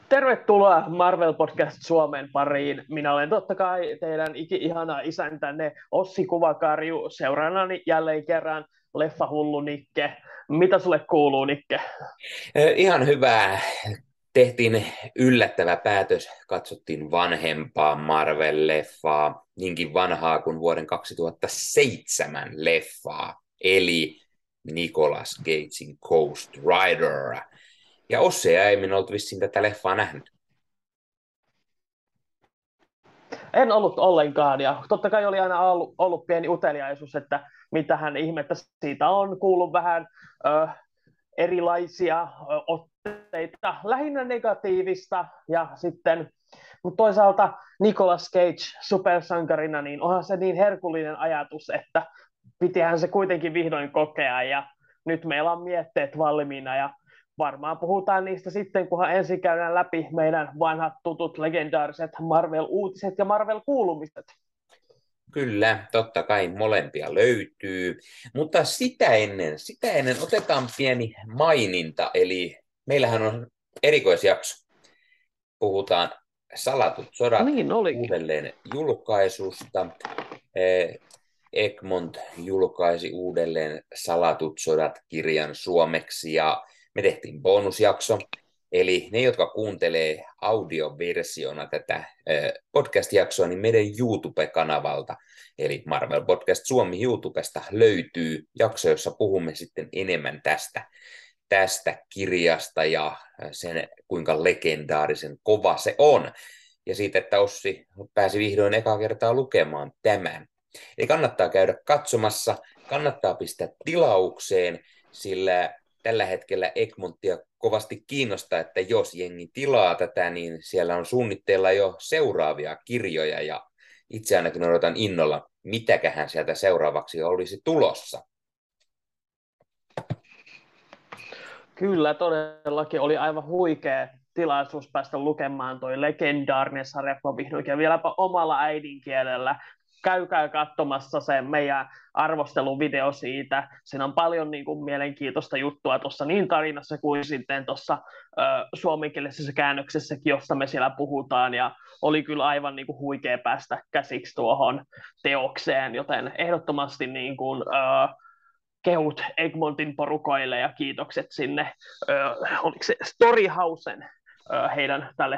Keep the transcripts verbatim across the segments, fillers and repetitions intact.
Tervetuloa Marvel Podcast Suomen pariin. Minä olen totta kai teidän iki-ihana isäntänne Ossi Kuvakarju. Seuraanani jälleen kerran leffahullu Nikke. Mitä sulle kuuluu, Nikke? Ihan hyvää. Tehtiin yllättävä päätös. Katsottiin vanhempaa Marvel-leffaa, niinkin vanhaa kuin vuoden kaksituhattaseitsemän leffaa, eli Nicolas Cagein Ghost Rider. Ja Ossi ja Eimin olet vissiin tätä leffaa nähnyt. En ollut ollenkaan, ja totta kai oli aina ollut, ollut pieni uteliaisuus, että mitähän ihmettä siitä on. Kuullut vähän ö, erilaisia ö, otteita, lähinnä negatiivista, ja sitten mutta toisaalta Nicolas Cage supersankarina, niin onhan se niin herkullinen ajatus, että pitihän se kuitenkin vihdoin kokea, ja nyt meillä on mietteet valmiina, ja varmaan puhutaan niistä sitten, kunhan ensin käydään läpi meidän vanhat tutut legendaariset Marvel-uutiset ja Marvel-kuulumiset. Kyllä, totta kai molempia löytyy, mutta sitä ennen, sitä ennen otetaan pieni maininta, eli meillähän on erikoisjakso. Puhutaan Salatut sodat Niin olikin. uudelleen julkaisusta. Eh, Egmont julkaisi uudelleen Salatut sodat-kirjan suomeksi ja me tehtiin bonusjakso. Eli ne, jotka kuuntelee audioversiona tätä eh, podcast-jaksoa, niin meidän YouTube-kanavalta, eli Marvel Podcast Suomi YouTubesta löytyy jakso, jossa puhumme sitten enemmän tästä tästä kirjasta ja sen, kuinka legendaarisen kova se on. Ja siitä, että Ossi pääsi vihdoin ekaa kertaa lukemaan tämän. Eli kannattaa käydä katsomassa, kannattaa pistää tilaukseen, sillä tällä hetkellä Egmontia kovasti kiinnostaa, että jos jengi tilaa tätä, niin siellä on suunnitteilla jo seuraavia kirjoja, ja itse ainakin odotan innolla, mitäköhän sieltä seuraavaksi olisi tulossa. Kyllä, todellakin oli aivan huikea tilaisuus päästä lukemaan toi legendaarinen sarjakuva vihdoinkin ja vieläpä omalla äidinkielellä. Käykää katsomassa se meidän arvosteluvideo siitä. Siinä on paljon niin kuin, mielenkiintoista juttua tuossa niin tarinassa kuin sitten tuossa suomenkielisessä käännöksessäkin, josta me siellä puhutaan. Ja oli kyllä aivan niin kuin, huikea päästä käsiksi tuohon teokseen, joten ehdottomasti niin kuin, äh, kehut Egmontin porukoille ja kiitokset sinne, ö, oliko se Storyhausen, ö, heidän tälle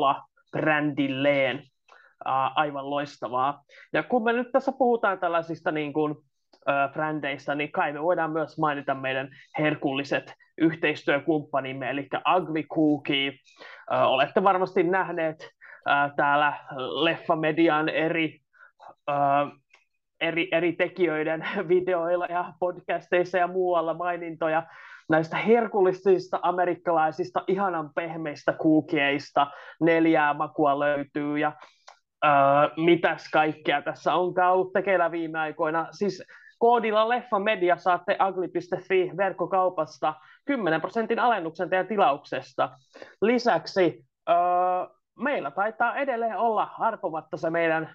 alabrändilleen. Ä, aivan loistavaa. Ja kun me nyt tässä puhutaan tällaisista niin kuin, ö, brändeistä, niin kai me voidaan myös mainita meidän herkulliset yhteistyökumppanimme, eli Ugly Cookie. Ö, olette varmasti nähneet ö, täällä Leffamedian eri ö, eri, eri tekijöiden videoilla ja podcasteissa ja muualla mainintoja näistä herkullisista amerikkalaisista ihanan pehmeistä kuukieista. Neljää makua löytyy ja öö, mitäs kaikkea tässä onkaan ollut tekeillä viime aikoina. Siis koodilla Leffamedia saatte ugly piste fi verkkokaupasta kymmenen prosentin alennuksen teidän tilauksesta. Lisäksi öö, meillä taitaa edelleen olla harpomatta se meidän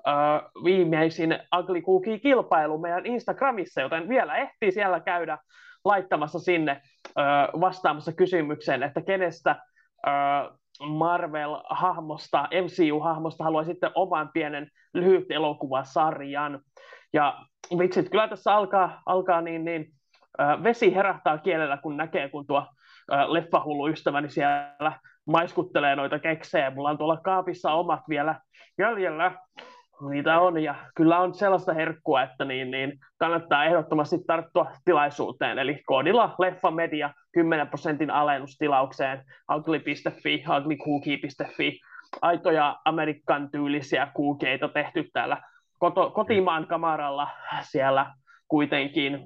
uh, viimeisin Ugly Cookie-kilpailu meidän Instagramissa, joten vielä ehtii siellä käydä laittamassa sinne uh, vastaamassa kysymykseen, että kenestä uh, Marvel-hahmosta, M C U-hahmosta haluaa sitten oman pienen lyhyt elokuvasarjan. Ja vitsit, kyllä tässä alkaa, alkaa niin, niin uh, vesi herättää kielellä, kun näkee, kun tuo uh, leffahullu ystäväni siellä maiskuttelee noita keksejä. Mulla on tuolla kaapissa omat vielä jäljellä. Niitä on, ja kyllä on sellaista herkkua, että niin, niin kannattaa ehdottomasti tarttua tilaisuuteen. Eli koodilla Leffamedia kymmenen prosentin alennus tilaukseen ugly piste fi, uglycookie piste fi. Aitoja Amerikan tyylisiä kuukeita tehty täällä koto, kotimaan kamaralla siellä kuitenkin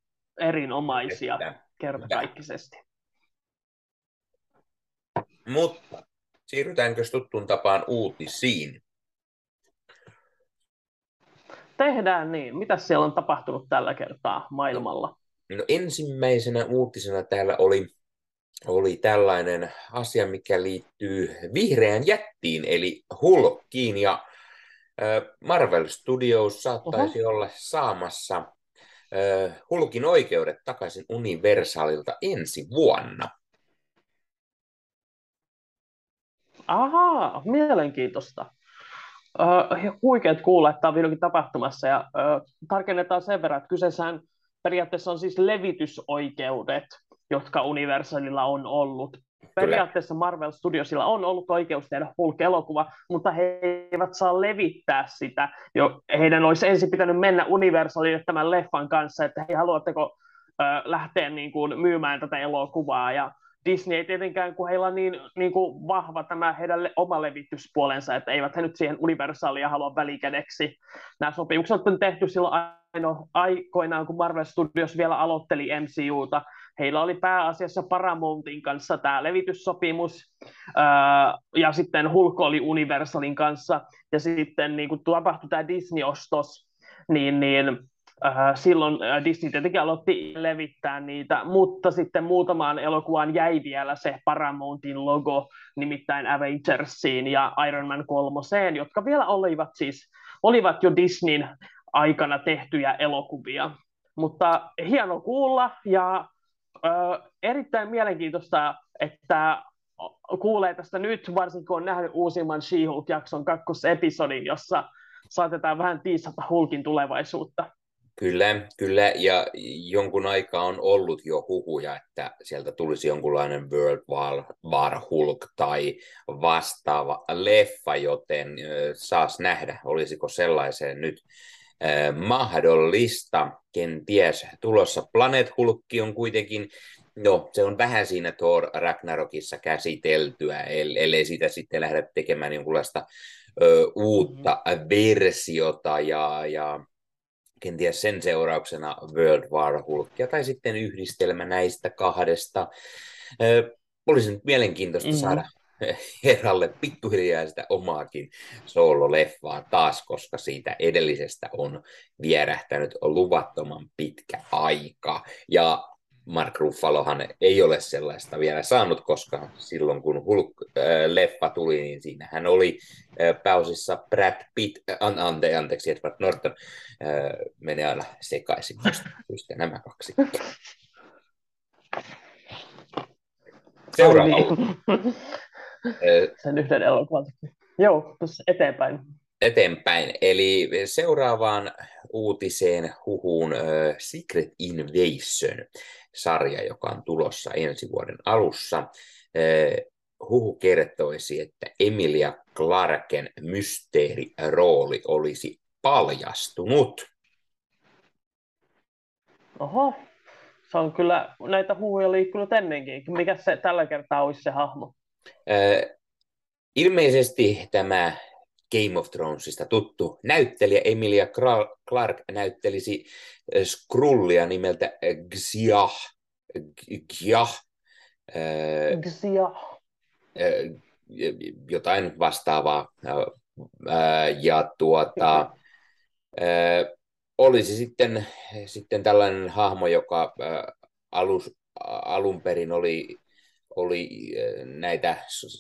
erinomaisia Että, hyvä. kertakaikkisesti. Mutta siirrytäänkö tuttuun tapaan uutisiin? Tehdään niin. Mitä siellä on tapahtunut tällä kertaa No, maailmalla? no ensimmäisenä uutisena täällä oli, oli tällainen asia, mikä liittyy vihreään jättiin, eli Hulkiin, ja äh, Marvel Studios Oho. saattaisi olla saamassa äh, Hulkin oikeudet takaisin Universalilta ensi vuonna. Ahaa, mielenkiintoista. Öö, huikeet kuulla, että tämä on vihdoinkin tapahtumassa. Ja öö, tarkennetaan sen verran, että kyseessähän periaatteessa on siis levitysoikeudet, jotka Universalilla on ollut. Kyllä. Periaatteessa Marvel Studiosilla on ollut oikeus tehdä Hulk-elokuva, mutta he eivät saa levittää sitä. Jo, heidän olisi ensin pitänyt mennä Universalille tämän leffan kanssa, että hei, haluatteko ö, lähteä niin kuin, myymään tätä elokuvaa. Ja Disney ei tietenkään, kun heillä on niin, niin kuin vahva tämä heidän le- oma levityspuolensa, että eivät he nyt siihen Universalia halua välikädeksi. Nämä sopimukset on tehty silloin aino, aikoinaan, kun Marvel Studios vielä aloitteli M C Uta. Heillä oli pääasiassa Paramountin kanssa tämä levityssopimus, ää, ja sitten Hulk oli Universalin kanssa, ja sitten niin kun tapahtui tämä Disney-ostos, niin, niin äh, silloin äh, Disney tietenkin aloitti levittää niitä, mutta sitten muutamaan elokuvaan jäi vielä se Paramountin logo, nimittäin Avengersiin ja Iron Man kolmoseen, jotka vielä olivat siis olivat jo Disneyn aikana tehtyjä elokuvia. Mutta hieno kuulla ja ö, erittäin mielenkiintoista, että kuulee tästä nyt, varsinkin kun on nähnyt uusimman She-Hulk-jakson kakkosepisodin, jossa saatetaan vähän tiisata Hulkin tulevaisuutta. Kyllä, kyllä, ja jonkun aikaa on ollut jo huhuja, että sieltä tulisi jonkunlainen World War, War Hulk tai vastaava leffa, joten saas nähdä, olisiko sellaiseen nyt äh, mahdollista, kenties tulossa. Planet Hulk on kuitenkin, no se on vähän siinä Thor Ragnarokissa käsiteltyä, ellei sitä sitten lähde tekemään jonkunlaista ö, uutta versiota ja, ja kenties sen seurauksena World War Hulkia, tai sitten yhdistelmä näistä kahdesta. Olisi nyt mielenkiintoista Mm-hmm. saada herralle pikkuhiljaa sitä omaakin soololeffaa taas, koska siitä edellisestä on vierähtänyt luvattoman pitkä aika. Ja Mark Ruffalohan ei ole sellaista vielä saanut, koska silloin kun Hulk-leffa tuli, niin siinähän oli pääosissa Brad Pitt, ante, anteeksi, Edward Norton, menee aina sekaisin just nämä kaksi. Seuraava niin. Sen yhden elokuvan. Joo, tuossa eteenpäin. Eteenpäin, eli seuraavaan uutiseen huhuun uh, Secret Invasion-sarja, joka on tulossa ensi vuoden alussa. Uh, huhu kertoisi, että Emilia Clarken mysteerirooli olisi paljastunut. Oho, se on kyllä, näitä huhuja liikkunut ennenkin. Mikä se tällä kertaa olisi se hahmo? Uh, ilmeisesti tämä Game of Thronesista tuttu näyttelijä Emilia Clarke näyttelisi Skrullia nimeltä Xiah. Xiah. Xiah. Jotain vastaavaa. Ja tuota, olisi sitten, sitten tällainen hahmo, joka alus, alun perin oli oli näitä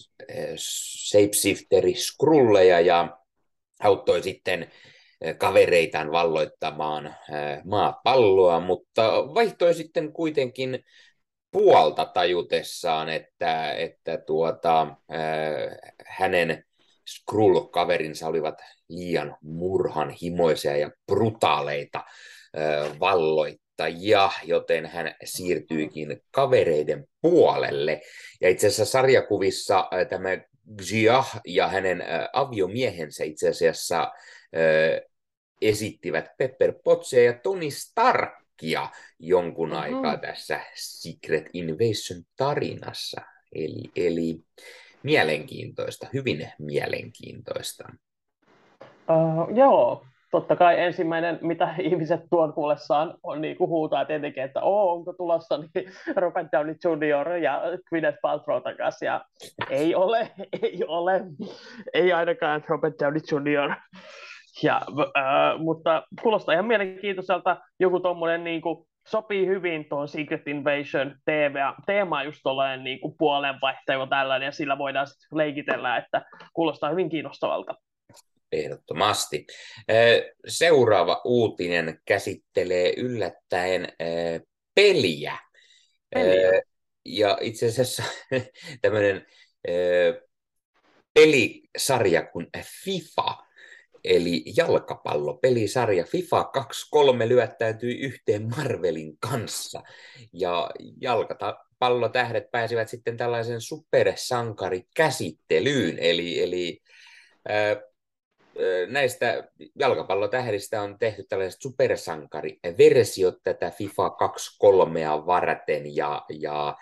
shapeshifteri-skrulleja ja auttoi sitten kavereitaan valloittamaan maapalloa, mutta vaihtoi sitten kuitenkin puolta tajutessaan, että, että tuota, hänen Skrull-kaverinsa olivat liian murhanhimoisia ja brutaaleita valloittajia, joten hän siirtyikin kavereiden puolelle. Ja itse asiassa sarjakuvissa tämä Xiah ja hänen aviomiehensä itse asiassa esittivät Pepper Potsia ja Tony Starkia jonkun mm-hmm. aikaa tässä Secret Invasion-tarinassa. Eli, eli mielenkiintoista, hyvin mielenkiintoista. Uh, joo, totta kai ensimmäinen, mitä ihmiset tuon kuullessaan on niin kuin huutaa tietenkin, että Oo, onko tulossa niin Robert Downey junior ja Gwyneth Paltrow takaisin. Ja ei ole, ei ole, ei ainakaan Robert Downey junior Ja, uh, mutta kuulostaa ihan mielenkiintoiselta. Joku tommoinen niin kuin sopii hyvin tuon Secret Invasion teemaan just tuollainen niin kuin puolenvaihtelu tällainen, ja sillä voidaan sitten leikitellä, että kuulostaa hyvin kiinnostavalta. Ehdottomasti. Seuraava uutinen käsittelee yllättäen peliä. Peliä. Ja itse asiassa tämmöinen pelisarja kuin FIFA, eli jalkapallopelisarja. FIFA kaksikymmentäkolme lyöttäytyi yhteen Marvelin kanssa, ja jalkapallotähdet pääsivät sitten tällaisen supersankarikäsittelyyn, eli, eli äh, näistä jalkapallotähdistä on tehty tällaiset supersankariversiot tätä FIFA kaksikymmentäkolme varten, ja, ja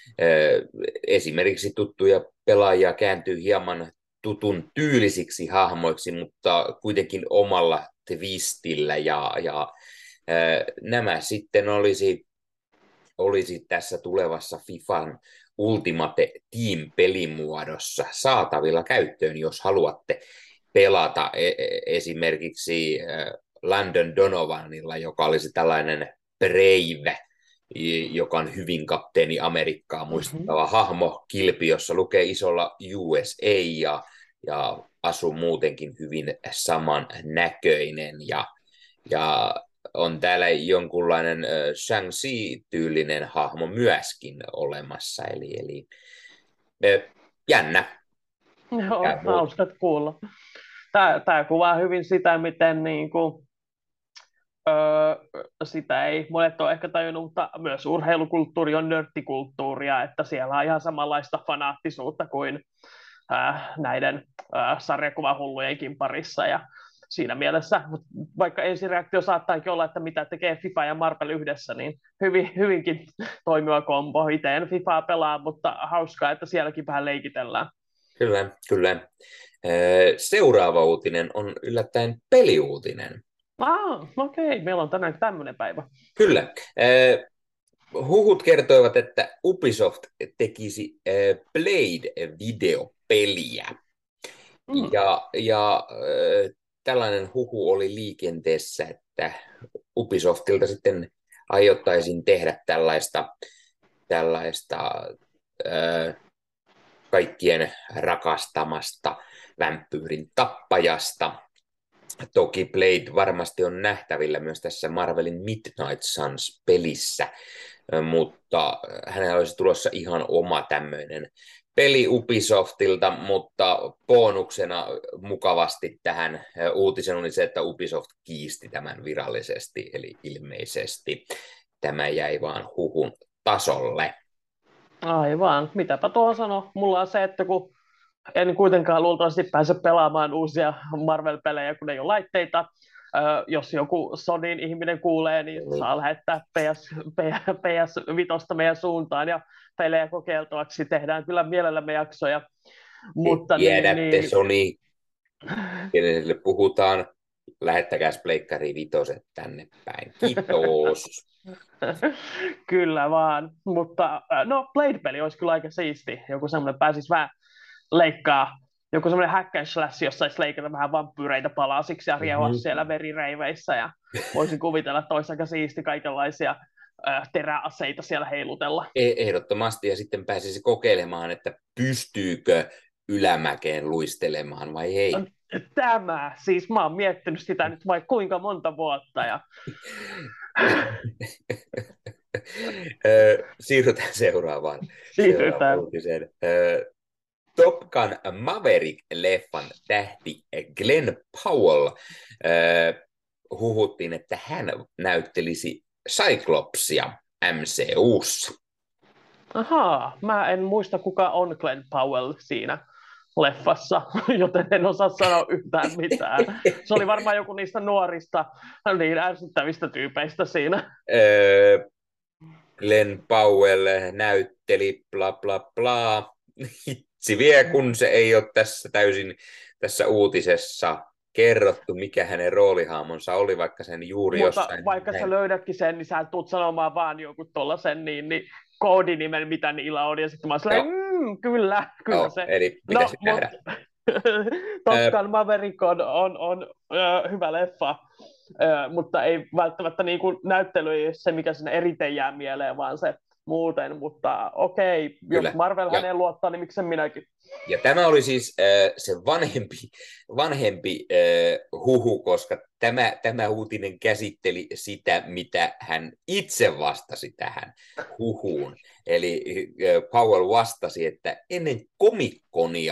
esimerkiksi tuttuja pelaajia kääntyy hieman tutun tyylisiksi hahmoiksi, mutta kuitenkin omalla twistillä, ja, ja nämä sitten olisi, olisi tässä tulevassa FIFAn Ultimate Team-pelimuodossa saatavilla käyttöön, jos haluatte pelata esimerkiksi Landon Donovanilla, joka olisi tällainen Brave, joka on hyvin kapteeni Amerikkaa muistuttava mm-hmm. hahmo, kilpi, jossa lukee isolla U S A, ja, ja asuu muutenkin hyvin samannäköinen, ja, ja on täällä jonkunlainen Shang-Chi-tyylinen hahmo myöskin olemassa, eli, eli jännä. Joo, hauskat kuulla. Tämä, tämä kuvaa hyvin sitä, miten niin kuin, öö, sitä ei monet ole ehkä tajunnut, mutta myös urheilukulttuuri on nörttikulttuuria, että siellä on ihan samanlaista fanaattisuutta kuin ää, näiden ää, sarjakuvahullujenkin parissa, ja siinä mielessä, vaikka ensireaktio saattaakin olla, että mitä tekee FIFA ja Marvel yhdessä, niin hyvin, hyvinkin toimiva kombo. Itse en FIFAa pelaa, mutta hauskaa, että sielläkin vähän leikitellään. Kyllä, kyllä. Seuraava uutinen on yllättäen peliuutinen. Ah, okei. Okay. Meillä on tänään tämmöinen päivä. Kyllä. Huhut kertoivat, että Ubisoft tekisi Blade-videopeliä. Mm. Ja, ja tällainen huhu oli liikenteessä, että Ubisoftilta sitten aiottaisiin tehdä tällaista, tällaista äh, kaikkien rakastamasta vampyyrin tappajasta. Toki Blade varmasti on nähtävillä myös tässä Marvelin Midnight Suns-pelissä, mutta hänellä olisi tulossa ihan oma tämmöinen peli Ubisoftilta, mutta bonuksena mukavasti tähän uutisen oli se, että Ubisoft kiisti tämän virallisesti, eli ilmeisesti tämä jäi vaan huhun tasolle. Aivan, mitäpä tuohon sanoo. Mulla on se, että kun en kuitenkaan luultavasti pääse pelaamaan uusia Marvel-pelejä, kun ei ole laitteita. Öö, jos joku Sonyn ihminen kuulee, niin mm. saa lähettää P S, P S viisi meidän suuntaan ja pelejä kokeiltavaksi. Tehdään kyllä mielellämme jaksoja. Mutta tiedätte, niin, niin... Sony, kenelle puhutaan, lähettäkääs Pleikkari vitoset tänne päin. Kiitos. Kyllä vaan, mutta no Blade-peli olisi kyllä aika siisti. Joku semmoinen pääsisi vähän leikkaa, joku semmoinen hack and slash, jossa saisi leikata vähän vampyyreitä palasiksi ja riehoa mm-hmm. siellä verireiveissä, ja voisin kuvitella, että olisi aika siisti kaikenlaisia äh, teräaseita siellä heilutella. Ehdottomasti, ja sitten pääsisi kokeilemaan, että pystyykö ylämäkeen luistelemaan vai ei. Tämä, siis mä oon miettinyt sitä nyt vai kuinka monta vuotta. Ja... Siirrytään seuraavaan. Siirrytään. Seuraavaan uutiseen. Top Gun Maverick-leffan tähti Glenn Powell huhuttiin, että hän näyttelisi Cyclopsia M C U:ssa. Ahaa, mä en muista kuka on Glenn Powell siinä leffassa, joten en osaa sanoa yhtään mitään. Se oli varmaan joku niistä nuorista, niin ärsyttävistä tyypeistä siinä. Öö, Glenn Powell näytteli bla bla bla. Hitsi vie, kun se ei ole tässä täysin tässä uutisessa kerrottu, mikä hänen roolihaamonsa oli, vaikka sen juuri Mutta jossain... vaikka näin. Sä löydätkin sen, niin sä tulet sanomaan vaan jonkun tollasen niin, niin koodinimen, mitä niillä on, ja sitten mä olen mmm, kyllä, kyllä no, se. Eli pitäisi no, nähdä. Top Gun Maverick on, on, on äh, hyvä leffa, äh, mutta ei välttämättä niin kuin näyttely ei se, mikä sinne eriten jää mieleen, vaan se muuten, mutta okei, okay, jos Marvel ja. häneen luottaa, niin miksen minäkin. Ja tämä oli siis äh, se vanhempi, vanhempi äh, huhu, koska tämä, tämä uutinen käsitteli sitä, mitä hän itse vastasi tähän huhuun. Eli äh, Powell vastasi, että ennen Comic-Conia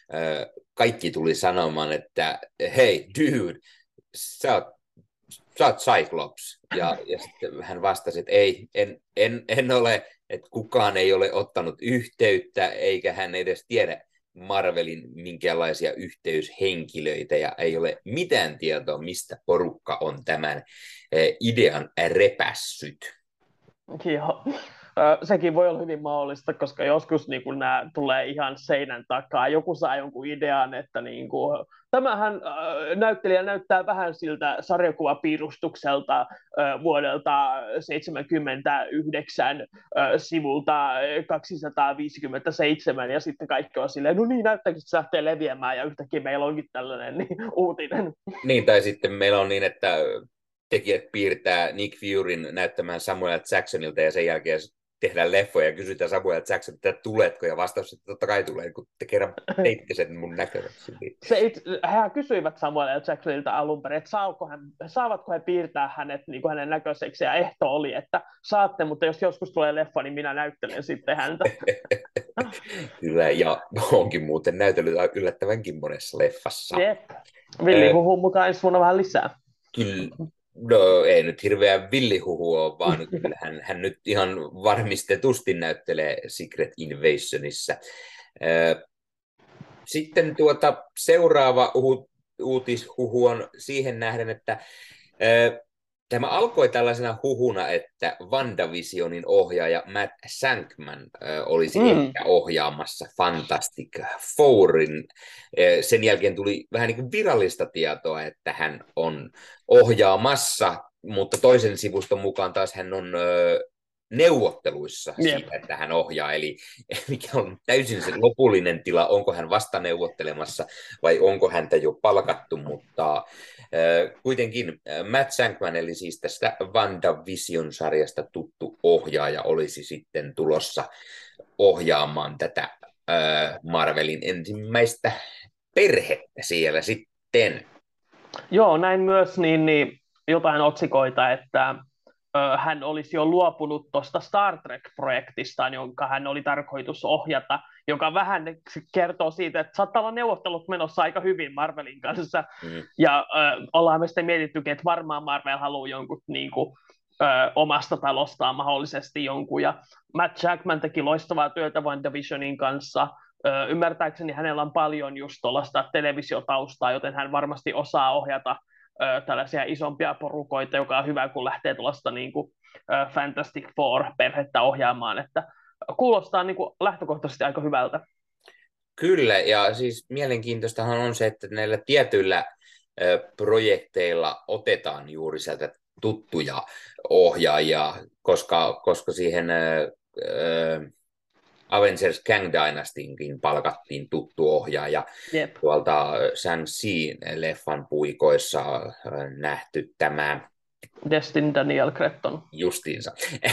kaikki tuli sanomaan, että hei dude, sä oot, sä oot Cyclops. Ja, ja sitten hän vastasi, että ei, en, en, en ole, että kukaan ei ole ottanut yhteyttä, eikä hän edes tiedä Marvelin minkälaisia yhteyshenkilöitä, ja ei ole mitään tietoa, mistä porukka on tämän idean repässyt. Joo. Sekin voi olla hyvin mahdollista, koska joskus niin kun nämä tulee ihan seinän takaa. Joku saa jonkun idean, että niin kuin, tämähän äh, näyttelijä näyttää vähän siltä sarjakuvapiirustukselta äh, vuodelta seitsemänkymmentäyhdeksän äh, sivulta kaksisataaviisikymmentäseitsemän, ja sitten kaikki on silleen, no niin, näyttääkö, että se lähtee leviämään, ja yhtäkkiä meillä onkin tällainen niin, uutinen. Niin, tai sitten meillä on niin, että tekijät piirtää Nick Furyn näyttämään Samuel Jacksonilta, ja sen jälkeen tehdään leffoja ja kysytään Samuel Jackson, että tuletko, ja vastaus, että totta kai tulee, kun te kerran teitte sen mun näköväksi. Se it, hän kysyivät Samuel Jacksonilta alun perin, että hän, saavatko he piirtää hänet niin kuin hänen näköiseksi, ja ehto oli, että saatte, mutta jos joskus tulee leffa, niin minä näyttelen sitten häntä. Kyllä, ja onkin muuten näytellyt yllättävänkin monessa leffassa. Jep, villihuhun mukaan ensi vuonna vähän lisää. Kyllä. No ei nyt hirveän villihuhu ole, vaan hän, hän nyt ihan varmistetusti näyttelee Secret Invasionissa. Sitten tuota, seuraava uhu, uutishuhu on siihen nähden, että tämä alkoi tällaisena huhuna, että WandaVisionin ohjaaja Matt Shankman olisi mm. ehkä ohjaamassa Fantastic Fourin. Sen jälkeen tuli vähän niin kuin virallista tietoa, että hän on ohjaamassa, mutta toisen sivuston mukaan taas hän on neuvotteluissa yep. siitä, että hän ohjaa. Eli mikä on täysin se lopullinen tila, onko hän vasta neuvottelemassa vai onko häntä jo palkattu, mutta kuitenkin Matt Shankman, eli siis tästä WandaVision-sarjasta tuttu ohjaaja, olisi sitten tulossa ohjaamaan tätä Marvelin ensimmäistä perhettä siellä sitten. Joo, näin myös niin, niin jotain otsikoita, että ö, hän olisi jo luopunut tuosta Star Trek-projektistaan, jonka hän oli tarkoitus ohjata, joka vähän kertoo siitä, että saattaa olla neuvottelut menossa aika hyvin Marvelin kanssa. Mm. Ja ö, ollaan me sitten mietittykin, että varmaan Marvel haluaa jonkun niin kuin, ö, omasta talostaan mahdollisesti jonkun. Ja Matt Jackman teki loistavaa työtä WandaVisionin kanssa. Ö, ymmärtääkseni hänellä on paljon just tuollaista televisiotaustaa, joten hän varmasti osaa ohjata ö, tällaisia isompia porukoita, joka on hyvä, kun lähtee tuollaista niin kuin, ö, Fantastic Four-perhettä ohjaamaan, että kuulostaa niin kuin lähtökohtaisesti aika hyvältä. Kyllä, ja siis mielenkiintoistahan on se, että näillä tietyillä ö, projekteilla otetaan juuri sieltä tuttuja ohjaajia, koska, koska siihen ö, ö, Avengers Kang Dynastynkin palkattiin tuttu ohjaaja. Yep. Tuolta Shang-Chi-leffan puikoissa nähty tämä Destin Daniel Cretton. Justiinsa.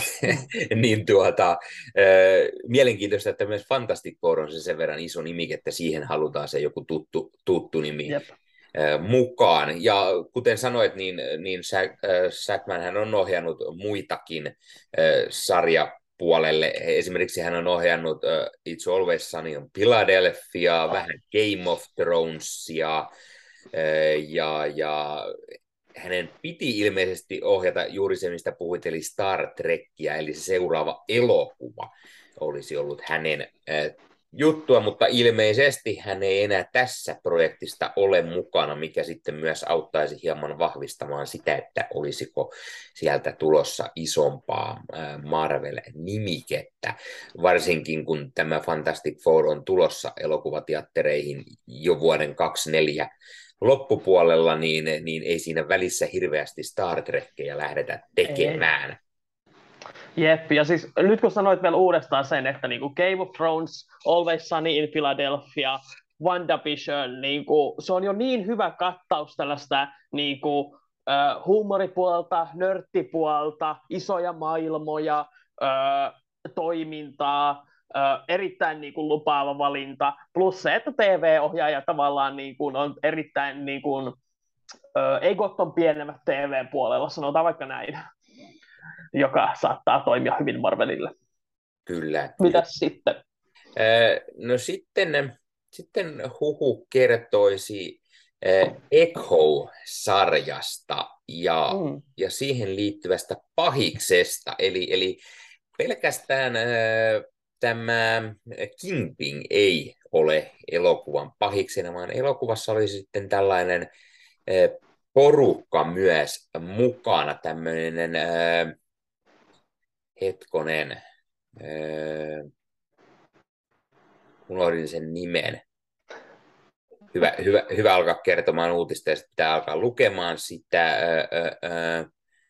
niin tuota, äh, mielenkiintoista, että myös Fantastic Four on se sen verran iso nimi, että siihen halutaan se joku tuttu, tuttu nimi yep. äh, mukaan. Ja kuten sanoit, niin, niin Shackman hän on ohjannut muitakin äh, sarja puolelle. Esimerkiksi hän on ohjannut uh, It's Always Sunny in Philadelphia, vähän Game of Thronesia, uh, ja, ja hänen piti ilmeisesti ohjata juuri se, mistä puhuit, eli Star Trekkiä, eli se seuraava elokuva olisi ollut hänen uh, juttua, mutta ilmeisesti hän ei enää tässä projektista ole mukana, mikä sitten myös auttaisi hieman vahvistamaan sitä, että olisiko sieltä tulossa isompaa Marvel-nimikettä, varsinkin kun tämä Fantastic Four on tulossa elokuvateattereihin jo vuoden kaksikymmentäneljä loppupuolella, niin, niin ei siinä välissä hirveästi Star Trekkeja lähdetä tekemään. Ei. Jep, ja siis nyt kun sanoit vielä uudestaan sen, että niinku Game of Thrones, Always Sunny in Philadelphia, WandaVision, niinku, se on jo niin hyvä kattaus tällaista niinku, äh, huumoripuolta, nörttipuolta, isoja maailmoja, äh, toimintaa, äh, erittäin niinku, lupaava valinta, plus se, että T V-ohjaaja tavallaan niinku, on erittäin, niinku, äh, egot on pienemmät T V-puolella, sanotaan vaikka näin, joka saattaa toimia hyvin Marvelille. Kyllä. Mitäs sitten? No sitten sitten huhu kertoisi äh, Echo-sarjasta ja, Mm. ja siihen liittyvästä pahiksesta. Eli, eli pelkästään äh, tämä Kingpin ei ole elokuvan pahiksena, vaan elokuvassa oli sitten tällainen äh, porukka myös mukana, tämmöinen äh, hetkonen, äh, unohdin sen nimen. Hyvä, hyvä, hyvä alkaa kertomaan uutista ja sitten pitää alkaa lukemaan sitä. Äh, äh,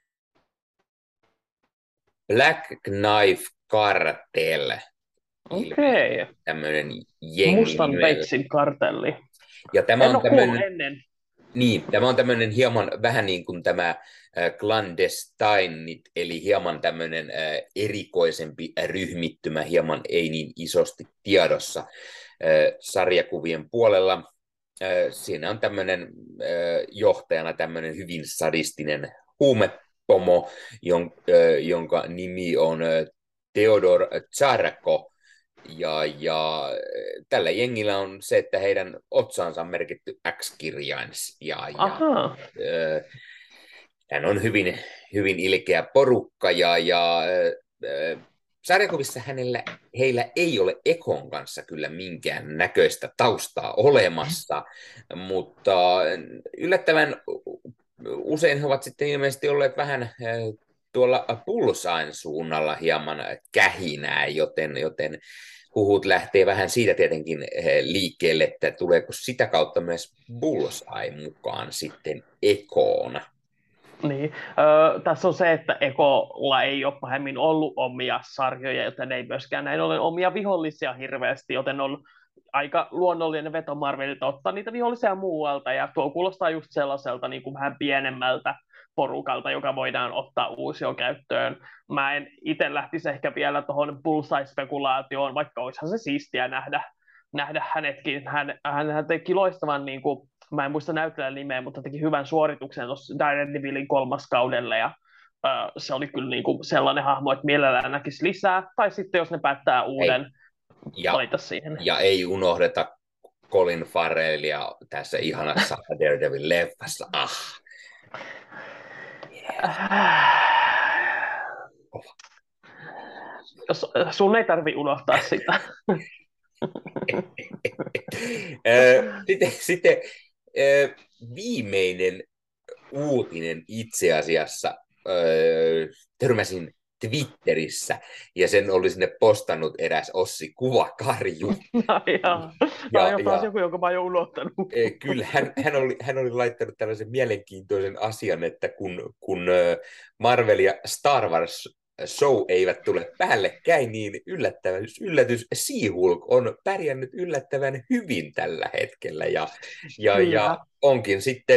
Black Knife Cartel, Okei. Okay. tämmöinen jengi Mustan nimellä. veitsin kartelli. Ja tämä En on ole kuullut tämmöinen, ennen. niin, tämä on tämmöinen hieman vähän niin kuin tämä äh, clandestine, eli hieman tämmöinen äh, erikoisempi ryhmittymä, hieman ei niin isosti tiedossa äh, sarjakuvien puolella. Äh, siinä on tämmöinen äh, johtajana tämmöinen hyvin sadistinen huumepomo, jon, äh, jonka nimi on äh, Theodor Charko. Ja, ja tällä jengillä on se, että heidän otsaansa on merkitty X-kirjain. Ja, ja, äh, hän on hyvin, hyvin ilkeä porukka ja, ja äh, sarjakuvissa hänellä, heillä ei ole Ekon kanssa kyllä minkään näköistä taustaa olemassa, mutta yllättävän usein he ovat sitten ilmeisesti olleet vähän äh, tuolla Bullseyen suunnalla hieman kähinää, joten, joten huhut lähtee vähän siitä tietenkin liikkeelle, että tuleeko sitä kautta myös Bullseye mukaan sitten Ekoon. Niin. Öö, tässä on se, että Ekolla ei ole pahemmin ollut omia sarjoja, joten ei myöskään näin ollen omia vihollisia hirveästi, joten on aika luonnollinen veto Marvelilta ottaa niitä vihollisia muualta, ja tuo kuulostaa just sellaiselta niin kuin vähän pienemmältä porukalta, joka voidaan ottaa uusio käyttöön. Mä en itse lähtisi ehkä vielä tuohon Bullseye-spekulaatioon, vaikka olisihan se siistiä nähdä, nähdä hänetkin. Hän, hän, hän teki loistavan, niin kuin, mä en muista näyttelijän nimeä, mutta teki hyvän suorituksen tuossa Daredevilin kolmas kaudelle, ja uh, se oli kyllä niin kuin sellainen hahmo, että mielellään näkisi lisää, tai sitten jos ne päättää uuden, ja, valita siihen. Ja ei unohdeta Colin Farrellia tässä ihanassa Daredevil-leffassa. Ah. Jos, sun ei tarvi unohtaa sitä. sitten sitten viimeinen uutinen itse asiassa törmäsin Twitterissä, ja sen oli sinne postannut eräs Ossi Kuvakarju. Ja, ja, taas joku, jonka mä oon jo unohtanut. Kyllä, hän, hän, oli, hän oli laittanut tällaisen mielenkiintoisen asian, että kun, kun Marvel ja Star Wars show eivät tule päällekkäin, niin yllättävän yllätys, She-Hulk on pärjännyt yllättävän hyvin tällä hetkellä, ja, ja, ja onkin sitten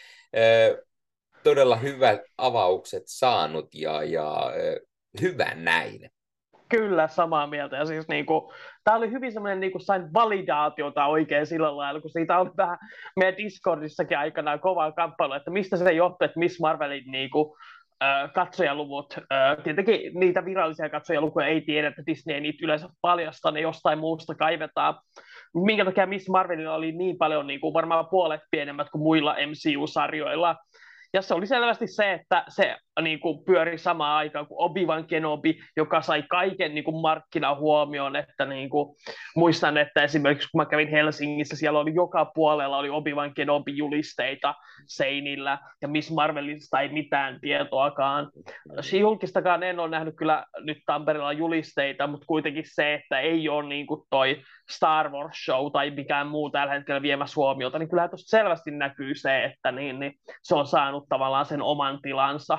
äh, todella hyvät avaukset saanut, ja, ja äh, hyvä näin. Kyllä, samaa mieltä. Ja siis niinku, tämä oli hyvin semmoinen, niinku sain validaatiota oikein sillä lailla, kun siitä on vähän meidän Discordissakin aikanaan kovaa kamppailu, että mistä se johtuu, että Miss Marvelin niinku, äh, katsojaluvut, äh, tietenkin niitä virallisia katsojalukuja ei tiedä, että Disney ei niitä yleensä paljasta, ne jostain muusta kaivetaan. Minkä takia Miss Marvelilla oli niin paljon, niinku, varmaan puolet pienemmät kuin muilla M C U-sarjoilla. Ja se oli selvästi se, että se niin kuin, pyöri samaan aikaan kuin Obi-Wan Kenobi, joka sai kaiken niin kuin, markkinahuomioon. Että, niin kuin, muistan, että esimerkiksi kun mä kävin Helsingissä, siellä oli joka puolella oli Obi-Wan Kenobi-julisteita seinillä, ja Miss Marvelista ei mitään tietoakaan. She-Hulkistakaan en ole nähnyt kyllä nyt Tampereella julisteita, mutta kuitenkin se, että ei ole niin kuin toi Star Wars show tai mikään muu tällä hetkellä viemässä huomiota, niin kyllähän tuosta selvästi näkyy se, että niin, niin se on saanut tavallaan sen oman tilansa.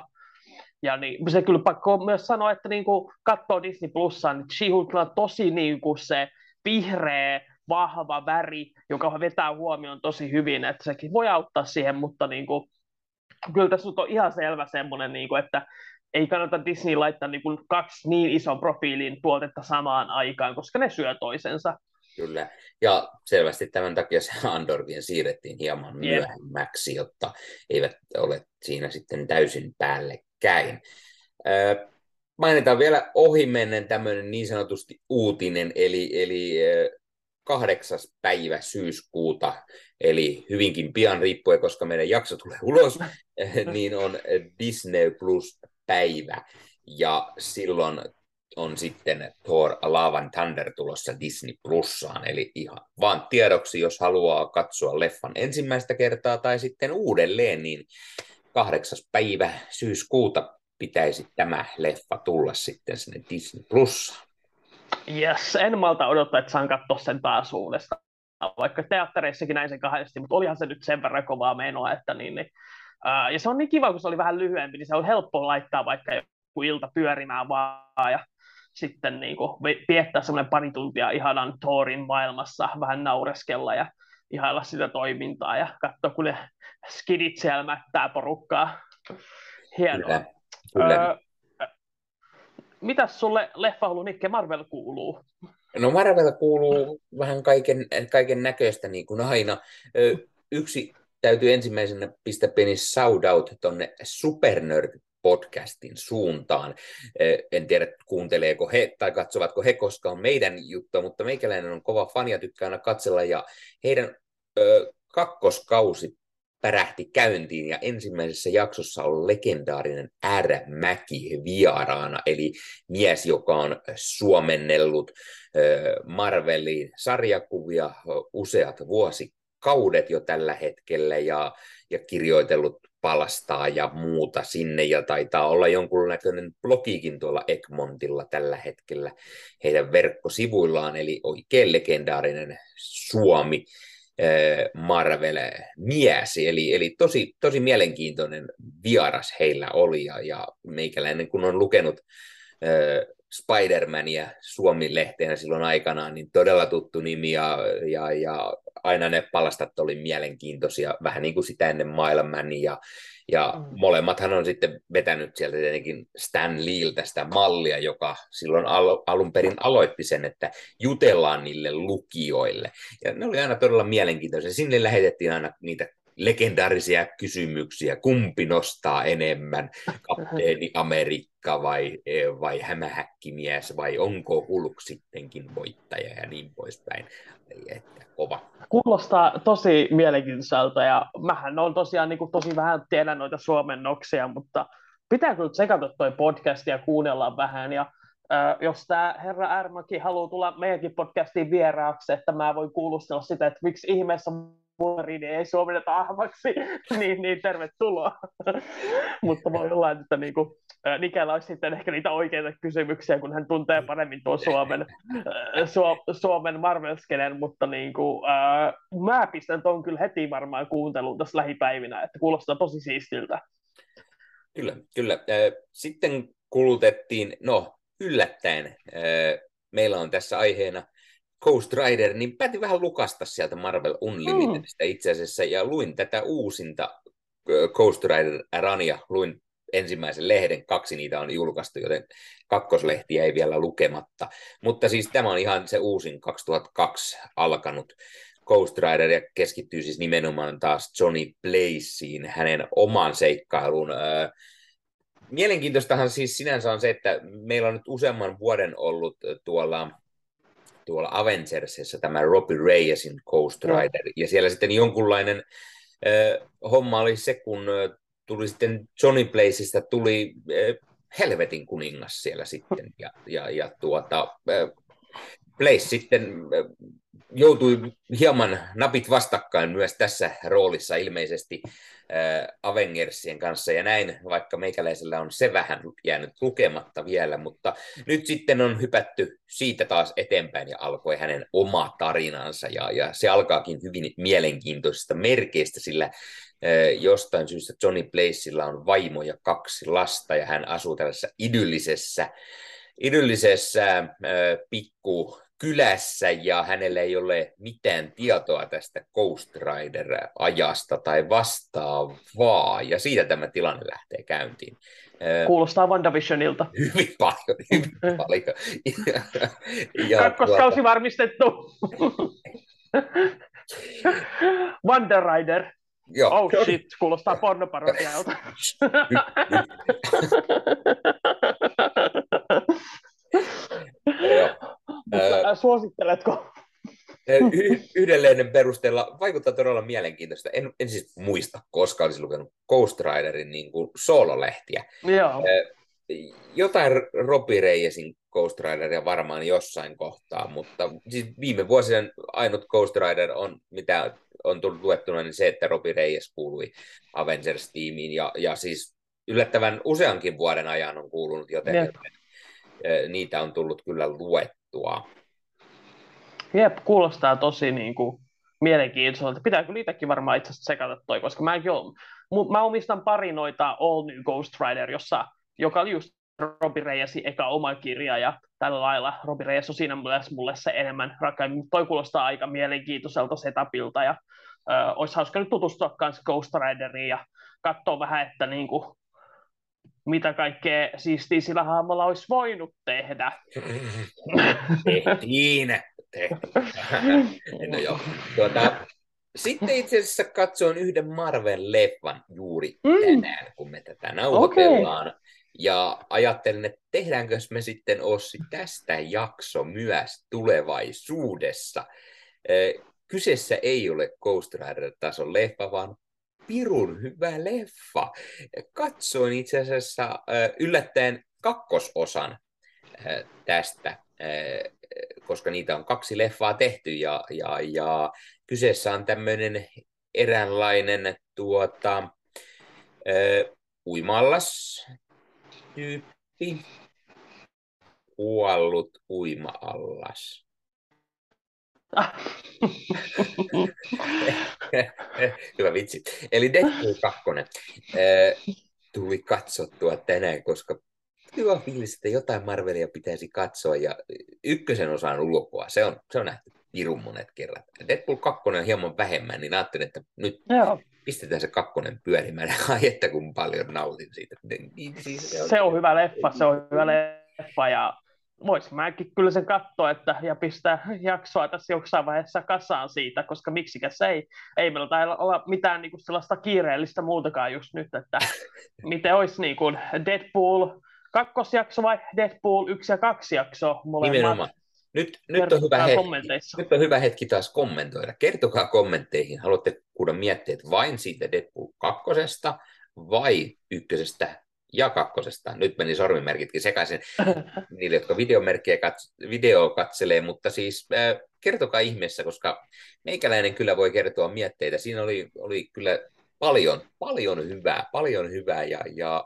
Ja niin, se kyllä pakko myös sanoa, että niin kuin katsoo Disney Plusaa, niin She-Hulkilla on tosi niin kuin se vihreä, vahva väri, joka vetää huomioon tosi hyvin, että sekin voi auttaa siihen, mutta niin kuin, kyllä tässä on ihan selvä semmoinen, niin kuin, että ei kannata Disney laittaa niin kuin kaksi niin ison profiilin tuotetta samaan aikaan, koska ne syö toisensa. Kyllä, ja selvästi tämän takia se Andorkin siirrettiin hieman yep. myöhemmäksi, jotta eivät ole siinä sitten täysin päällekkäin. Äh, mainitaan vielä ohimennen tämmöinen niin sanotusti uutinen, eli, eli äh, kahdeksas päivä syyskuuta, eli hyvinkin pian riippuen, koska meidän jakso tulee ulos, niin on Disney Plus-päivä. Ja silloin on sitten Thor Love and Thunder tulossa Disney Plussaan, eli ihan vaan tiedoksi, jos haluaa katsoa leffan ensimmäistä kertaa tai sitten uudelleen, niin kahdeksas päivä syyskuuta pitäisi tämä leffa tulla sitten sinne Disney Plussaan. Yes, en malta odottaa, että saan katsoa sen taas uudestaan. Vaikka teattereissakin näin sen kahdesti, mutta olihan se nyt sen verran kovaa menoa, että niin, niin. Uh, ja se on niin kiva, kun se oli vähän lyhyempi, niin se on helppo laittaa vaikka joku ilta pyörimään vaan ja sitten niin kuin viettää semmoinen pari tuntia ihanan Thorin maailmassa, vähän naureskella ja ihailla sitä toimintaa ja katsoa, kun ne skidit siellä mättää porukkaa. Hienoa. Kyllä, kyllä. Uh, Mitäs sulle leffahullu Nikke Marvel kuuluu? No Marvel kuuluu vähän kaiken, kaiken näköistä niin kuin aina. Yksi täytyy ensimmäisenä pistää pieni shoutout tuonne Supernerd-podcastin suuntaan. En tiedä, kuunteleeko he tai katsovatko he, koska on meidän juttu, mutta meikäläinen on kova fani ja tykkää aina katsella. Ja heidän ö, kakkoskausi pärähti käyntiin ja ensimmäisessä jaksossa on legendaarinen R. Mäki vieraana, eli mies, joka on suomennellut Marvelin sarjakuvia useat vuosikaudet jo tällä hetkellä ja, ja kirjoitellut palstaa ja muuta sinne ja taitaa olla jonkunnäköinen blogikin tuolla Egmontilla tällä hetkellä heidän verkkosivuillaan, eli oikein legendaarinen Suomi Marvel-mies, eli, eli tosi, tosi mielenkiintoinen vieras heillä oli, ja, ja meikäläinen kun on lukenut äh, Spider-Mania Suomi-lehtenä silloin aikanaan, niin todella tuttu nimi, ja, ja, ja aina ne palastat oli mielenkiintoisia, vähän niin kuin sitä ennen Mailmania, ja, ja mm. molemmathan on sitten vetänyt sieltä tietenkin Stan Leeltä sitä mallia, joka silloin al- alun perin aloitti sen, että jutellaan niille lukijoille. Ja ne oli aina todella mielenkiintoisia. Sinne lähetettiin aina niitä legendaarisia kysymyksiä, kumpi nostaa enemmän, Kapteeni Amerikka vai, vai Hämähäkkimies, vai onko Hulk sittenkin voittaja ja niin poispäin. Että kova. Kuulostaa tosi mielenkiintoiselta ja mähän on tosiaan niin kuin, tosi vähän tiedän noita suomennoksia, mutta pitää kyllä tsekata toi podcast ja kuunnella vähän ja äh, jos tämä herra Ärmäki haluaa tulla meidänkin podcastiin vieraaksi, että mä voin kuulustella sitä, että miksi ihmeessä Wolverine ei suomenneta ahmaksi, niin, niin tervetuloa. Mutta voi olla, että niinku, äh, Nikellä olisi sitten ehkä niitä oikeita kysymyksiä, kun hän tuntee paremmin tuon Suomen, äh, Su- Suomen Marvel-skenen, mutta niinku, äh, mä pistän ton kyllä heti varmaan kuunteluun tässä lähipäivinä, että kuulostaa tosi siistiltä. Kyllä, kyllä. Sitten kulutettiin, no yllättäen, meillä on tässä aiheena Ghost Rider, niin päätin vähän lukasta sieltä Marvel Unlimitedista mm. itse asiassa, ja luin tätä uusinta Ghost Rider Runia, luin ensimmäisen lehden, kaksi niitä on julkaistu, joten kakkoslehtiä ei vielä lukematta. Mutta siis tämä on ihan se uusin kaksituhattakaksi alkanut Ghost Rider ja keskittyy siis nimenomaan taas Johnny Blazeen, hänen oman seikkailuun. Mielenkiintoistahan siis sinänsä on se, että meillä on nyt useamman vuoden ollut tuolla, tuolla Avengersissa tämä Robbie Reyesin Ghost Rider, no. ja siellä sitten jonkunlainen äh, homma oli se, kun tuli sitten Johnny Blazeista tuli äh, Helvetin kuningas siellä sitten, ja, ja, ja tuota, äh, Blaze sitten äh, joutui hieman napit vastakkain myös tässä roolissa ilmeisesti äh, Avengersien kanssa ja näin, vaikka meikäläisellä on se vähän jäänyt lukematta vielä, mutta nyt sitten on hypätty siitä taas eteenpäin ja alkoi hänen oma tarinansa ja, ja se alkaakin hyvin mielenkiintoisista merkeistä, sillä äh, jostain syystä Johnny Blazella on vaimo ja kaksi lasta ja hän asuu tällaisessa idyllisessä, idyllisessä äh, pikku kylässä ja hänellä ei ole mitään tietoa tästä Ghost Rider-ajasta tai vastaavaa, ja siitä tämä tilanne lähtee käyntiin. Kuulostaa WandaVisionilta. Hyvin paljon, hyvin paljon. Ja, ja Kakkoskausi tuota... varmistettu. Wonder Rider. Joo. Oh shit, kuulostaa pornoparodialta. Mutta, äh, suositteletko? Y- yhden lehden perusteella vaikuttaa todella mielenkiintoista. En, en siis muista, koska olisin lukenut Ghost Riderin niin kuin soololehtiä. Joo, Jotain Robbie Reyesin Ghost Rideria varmaan jossain kohtaa, mutta siis viime vuosien ainut Ghost Rider on, mitä on tullut luettuna, niin se, että Robbie Reyes kuului Avengers-tiimiin, ja, ja siis yllättävän useankin vuoden ajan on kuulunut, joten, jep. joten niitä on tullut kyllä luettua. Jep, kuulostaa tosi niin kuin mielenkiintoiselta. Pitää kyllä itsekin varmaan itse asiassa tsekata toi, koska mäkin on, mu- mä omistan pari noita All New Ghost Rider, jossa, joka oli just Robbie Reyesin eka oma kirja, ja tällä lailla Robbie Reyes on siinä mielessä mulle se enemmän rakkain, mutta toi kuulostaa aika mielenkiintoiselta setupilta, ja ö, olisi hauska nyt tutustua myös Ghost Rideriin ja katsoa vähän, että niin kuin, mitä kaikkea siistiä sillä hahmolla olisi voinut tehdä. Tehtiin, tehtiin. No joo. Tuota, sitten itse asiassa katsoin yhden Marvel-leffan juuri tänään, kun me tätä nauhoitellaan. Okay. Ja ajattelin, että tehdäänkö me sitten Ossi tästä jakso myös tulevaisuudessa. Kyseessä ei ole Ghost Rider-tason leffa, vaan pirun hyvä leffa. Katsoin itse asiassa yllättäen kakkososan tästä, koska niitä on kaksi leffaa tehty, ja, ja, ja kyseessä on tämmöinen eräänlainen tuota, äh, uimallas tyyppi, kuollut uima-allas. Hyvä vitsi. Eli Deadpool kaksi äh, tuli katsottua tänään, koska hyvä fiilis, että jotain Marvelia pitäisi katsoa, ja ykkösen osaan ulkoa, se on, se on nähty pirun monet kerrat. Deadpool kaksi on hieman vähemmän, niin ajattelin, että nyt Joo. pistetään se kakkonen pyörimään, ai että kun paljon nautin siitä. Niin, siis se, on... se on hyvä leffa, se on hyvä leffa, ja voisin mäkin kyllä sen katsoa, että, ja pistää jaksoa tässä jossain vaiheessa kasaan siitä, koska miksikäs ei, ei meillä taida olla mitään niin kuin sellaista kiireellistä muutakaan just nyt, että miten olisi niin kuin Deadpool kakkosjakso vai Deadpool yksi ja kaksi jakso molemmat. Nimenomaan. Nyt, nyt, on hyvä hetki, nyt on hyvä hetki taas kommentoida. Kertokaa kommentteihin, haluatte kuulla mietteet vain siitä Deadpool kakkosesta vai ykkösestä ja kakkosesta. Nyt meni sormimerkitkin sekaisin niille, jotka videomerkkiä kats- video katselee, mutta siis äh, kertokaa ihmeessä, koska meikäläinen kyllä voi kertoa mietteitä. Siinä oli, oli kyllä paljon, paljon hyvää, paljon hyvää, ja, ja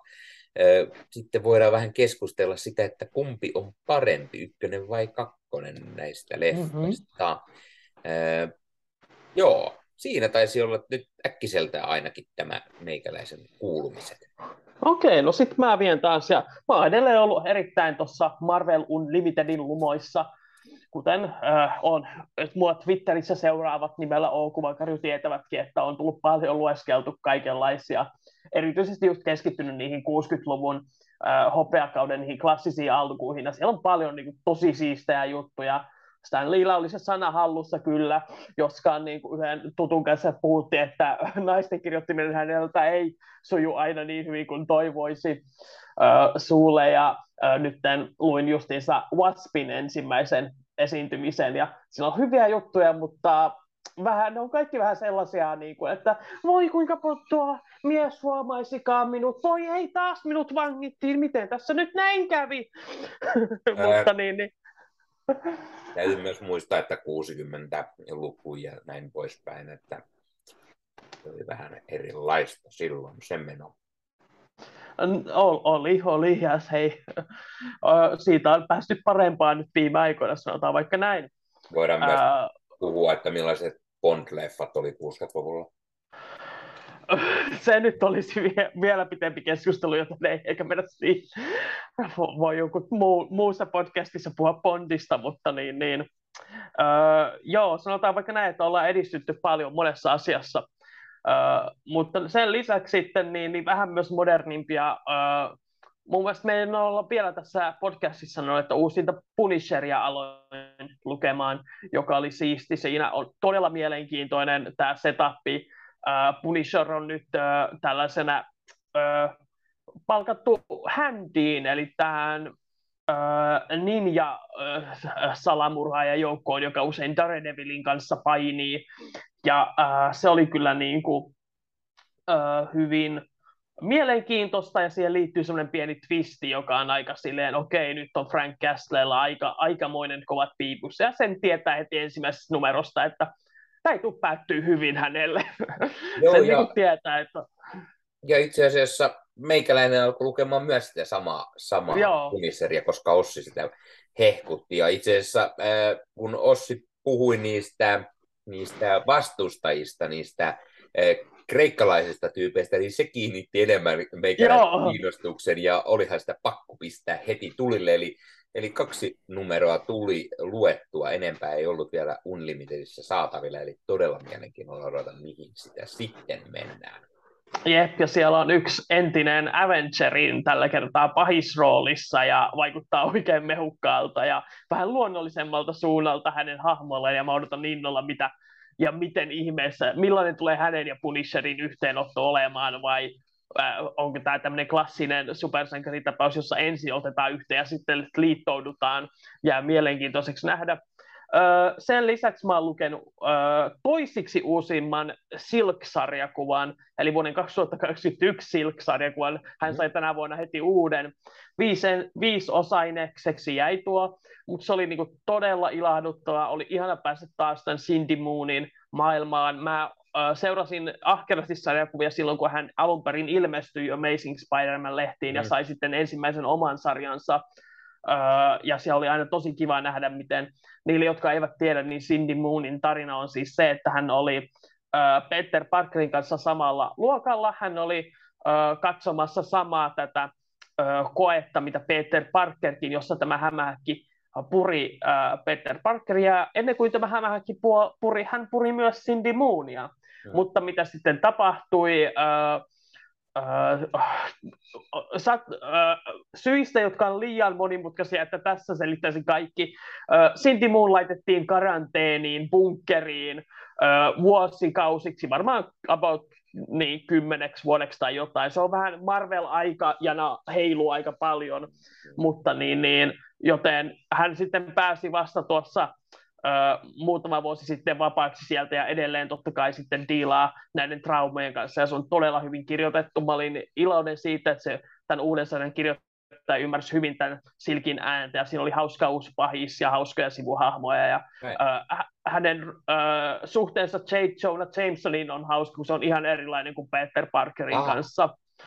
äh, sitten voidaan vähän keskustella sitä, että kumpi on parempi, ykkönen vai kakkonen näistä leffoista. Mm-hmm. Äh, joo, siinä taisi olla nyt äkkiseltään ainakin tämä meikäläisen kuulumiset. Okei, no sit mä vien taas, ja mä oon edelleen ollut erittäin tuossa Marvel Unlimitedin lumoissa, kuten äh, on, että mua Twitterissä seuraavat nimellä O-Kuvakarju tietävätkin, että on tullut paljon lueskeltu kaikenlaisia, erityisesti just keskittynyt niihin kuusikymmentäluvun äh, hopeakauden niihin klassisiin alkuihin, ja siellä on paljon niin kuin, tosi siistejä juttuja. Stan Leella oli se sana hallussa kyllä, joskaan niin kuin yhden tutun kanssa puhuttiin, että naisten kirjoittaminen häneltä ei suju aina niin hyvin kuin toivoisi äh, suulle, ja äh, nyt luin justiinsa Waspin ensimmäisen esiintymisen, ja siinä on hyviä juttuja, mutta vähän, ne on kaikki vähän sellaisia, niin kuin, että voi kuinka tuo mies huomaisikaan minut, voi ei taas minut vangittiin, miten tässä nyt näin kävi, mutta niin, niin. Täytyy myös muistaa, että kuusikymmentäluku ja näin poispäin, että se oli vähän erilaista silloin se meno. Oli, oli, ja hei, siitä on päästy parempaan nyt viime aikoina, sanotaan vaikka näin. Voidaan myös Ää... puhua, että millaiset Bond-leffat oli kuusikymmentäluvulla. Se nyt olisi vielä pitempi keskustelu, joten ei eikä mennä siihen. Voi joku muu, muussa podcastissa puhua Bondista, mutta niin, niin. Öö, joo, sanotaan vaikka näin, että ollaan edistytty paljon monessa asiassa. Öö, mutta sen lisäksi sitten niin, niin vähän myös modernimpia. Öö, mun mielestä meidän olla vielä tässä podcastissa sanonut, että uusinta Punisheria aloin lukemaan, joka oli siisti. Siinä on todella mielenkiintoinen tämä setupi. Uh, Punisher on nyt uh, tällaisena uh, palkattu händiin, eli tähän äh, ninja äh, salamurhaaja joukkoon, joka usein Daredevilin kanssa painii. Ja äh, se oli kyllä niin kuin, äh, hyvin mielenkiintoista, ja siihen liittyy semmoinen pieni twisti, joka on aika silleen, okei, nyt on Frank Castlella aika, aikamoinen kovat piipus, ja sen tietää heti ensimmäisestä numerosta, että tämä ei tule päättyy hyvin hänelle. Joo, Sen niin ja, kuin tietää, että ja itse asiassa meikäläinen alkoi lukemaan myös sitä samaa, samaa joo, Punisheria, koska Ossi sitä hehkutti. Ja itse asiassa äh, kun Ossi puhui niistä, niistä vastustajista, niistä äh, kreikkalaisista tyypeistä, niin se kiinnitti enemmän meikäläisen joo, kiinnostuksen, ja olihan sitä pakko pistää heti tulille. Eli, eli kaksi numeroa tuli luettua, enempää ei ollut vielä Unlimitedissä saatavilla, eli todella mielenkiinnolla odota, mihin sitä sitten mennään. jep, ja siellä on yksi entinen Avengerin tällä kertaa pahisroolissa ja vaikuttaa oikein mehukkaalta ja vähän luonnollisemmalta suunnalta hänen hahmolleen, ja mä odotan innolla mitä ja miten ihmeessä, millainen tulee hänen ja Punisherin yhteenotto olemaan, vai äh, onko tämä tämmöinen klassinen supersankaritapaus, jossa ensin otetaan yhteen ja sitten liittoudutaan, jää mielenkiintoiseksi nähdä. Öö, sen lisäksi mä oon lukenut öö, toisiksi uusimman Silk-sarjakuvan, eli vuoden kaksituhattakaksikymmentäyksi Silk-sarjakuvan. Hän sai tänä vuonna heti uuden. Viisen, viisosaineksi jäi tuo, mutta se oli niinku todella ilahduttava. Oli ihana päästä taas tämän Cindy Moonin maailmaan. Mä öö, seurasin ahkerasti sarjakuvia silloin, kun hän alun perin ilmestyi Amazing Spider-Man-lehtiin mm. ja sai sitten ensimmäisen oman sarjansa. Öö, ja siellä oli aina tosi kiva nähdä, miten niille, jotka eivät tiedä, niin Cindy Moonin tarina on siis se, että hän oli öö, Peter Parkerin kanssa samalla luokalla. Hän oli öö, katsomassa samaa tätä öö, koetta, mitä Peter Parkerkin, jossa tämä hämähäkki puri öö, Peter Parkeria. Ennen kuin tämä hämähäkki puri, hän puri myös Cindy Moonia. Mm. Mutta mitä sitten tapahtui... Öö, Uh, sat, uh, syistä, jotka on liian monimutkaisia, että tässä selittäisin kaikki. Uh, Cindy Moon laitettiin karanteeniin, bunkkeriin uh, vuosikausiksi, varmaan about niin, kymmeneksi vuodeksi tai jotain. Se on vähän Marvel-aika ja heiluu aika paljon, mutta niin, niin, joten hän sitten pääsi vasta tuossa Uh, muutama vuosi sitten vapaaksi sieltä ja edelleen totta kai sitten diilaa näiden traumojen kanssa, ja se on todella hyvin kirjoitettu. Mä olin iloinen siitä, että se tämän uuden sarjan kirjoittaja ymmärsi hyvin tämän Silkin ääntä, ja siinä oli hauska uusi pahis ja hauskoja sivuhahmoja, ja uh, hänen uh, suhteensa J. Jonah Jamesoniin on hauska, kun se on ihan erilainen kuin Peter Parkerin Aha. kanssa.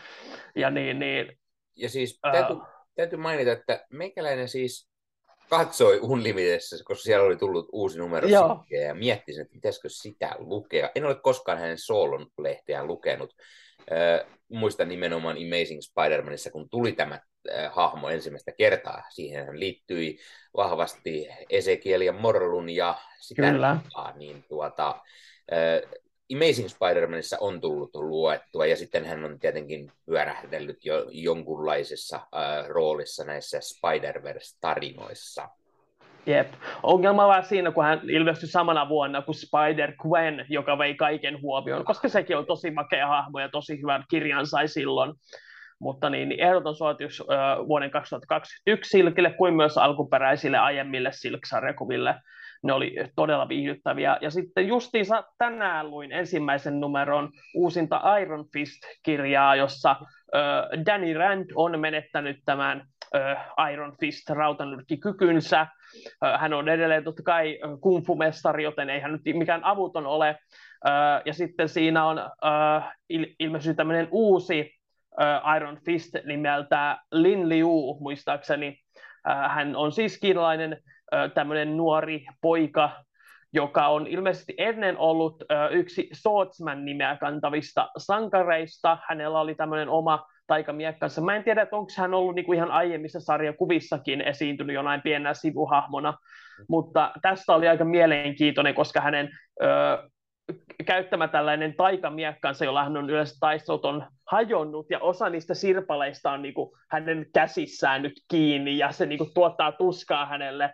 Ja niin, niin ja siis täytyy, uh, täytyy mainita, että meikäläinen siis katsoi Unlimitedessä, koska siellä oli tullut uusi numero ja miettisin, että pitäisikö sitä lukea. En ole koskaan hänen soolon lehteään lukenut. Äh, muistan nimenomaan Amazing Spider-Manissa, kun tuli tämä äh, hahmo ensimmäistä kertaa. Siihen liittyi vahvasti Ezekiel ja Morlun ja sitä rahaa, niin tuota, äh, Amazing Spider-Manissa on tullut luettua, ja sitten hän on tietenkin pyörähdellyt jo jonkunlaisessa äh, roolissa näissä Spider-Verse-tarinoissa. Jep. Ongelma vaan siinä, kun hän ilmestyi samana vuonna kuin Spider-Gwen, joka vei kaiken huomioon, koska sekin on tosi makea hahmo ja tosi hyvän kirjan sai silloin. Mutta niin, niin ehdoton suositus äh, vuoden kaksituhattakaksikymmentäyksi Silkille kuin myös alkuperäisille aiemmille Silk-sarjakuville. Ne oli todella viihdyttäviä. Ja sitten justiinsa tänään luin ensimmäisen numeron uusinta Iron Fist-kirjaa, jossa äh, Danny Rand on menettänyt tämän äh, Iron Fist-rautanyrkkikykynsä. Äh, hän on edelleen totta kai kung-fu-mestari, joten ei hän nyt mikään avuton ole. Äh, ja sitten siinä on äh, il- ilmeisesti tämmöinen uusi äh, Iron Fist nimeltä Lin Liu, muistaakseni. Äh, hän on siis kiinalainen tämmöinen nuori poika, joka on ilmeisesti ennen ollut yksi Swordsman-nimeä kantavista sankareista. Hänellä oli tämmöinen oma taikamiekkansa. Mä en tiedä, että onko hän ollut niinku ihan aiemmissa sarjakuvissakin esiintynyt jonain pienenä sivuhahmona, mutta tästä oli aika mielenkiintoinen, koska hänen ö, käyttämä tällainen taikamiekkansa, jolla hän on yleensä taistelut, on hajonnut, ja osa niistä sirpaleista on niinku hänen käsissään nyt kiinni, ja se niinku tuottaa tuskaa hänelle.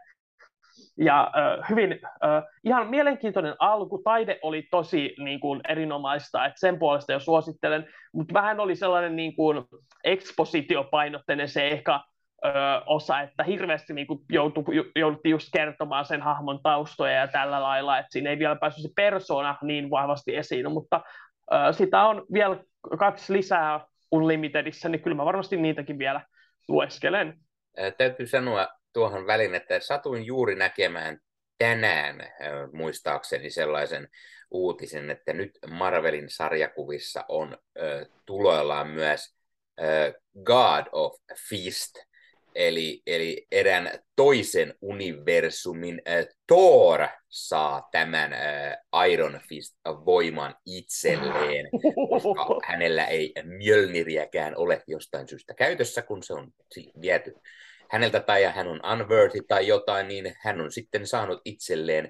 Ja äh, hyvin, äh, ihan mielenkiintoinen alku, taide oli tosi niin kuin, erinomaista, että sen puolesta jo suosittelen, mutta vähän oli sellainen niin kuin, ekspositiopainotteinen se ehkä ö, osa, että hirveästi niin kuin joutu, jouduttiin just kertomaan sen hahmon taustoja ja tällä lailla, että siinä ei vielä päässyt se persona niin vahvasti esiin, mutta ö, sitä on vielä kaksi lisää Unlimitedissä, niin kyllä mä varmasti niitäkin vielä lueskelen. Ää, täytyy sanoa tuohon väliin, että satuin juuri näkemään tänään ää, muistaakseni sellaisen uutisen, että nyt Marvelin sarjakuvissa on ää, tuloillaan myös ää, God of Fist, eli, eli erään toisen universumin ää, Thor saa tämän ää, Iron Fist-voiman itselleen, koska hänellä ei Mjölniriäkään ole jostain syystä käytössä, kun se on viety häneltä tai hän on unworthy tai jotain, niin hän on sitten saanut itselleen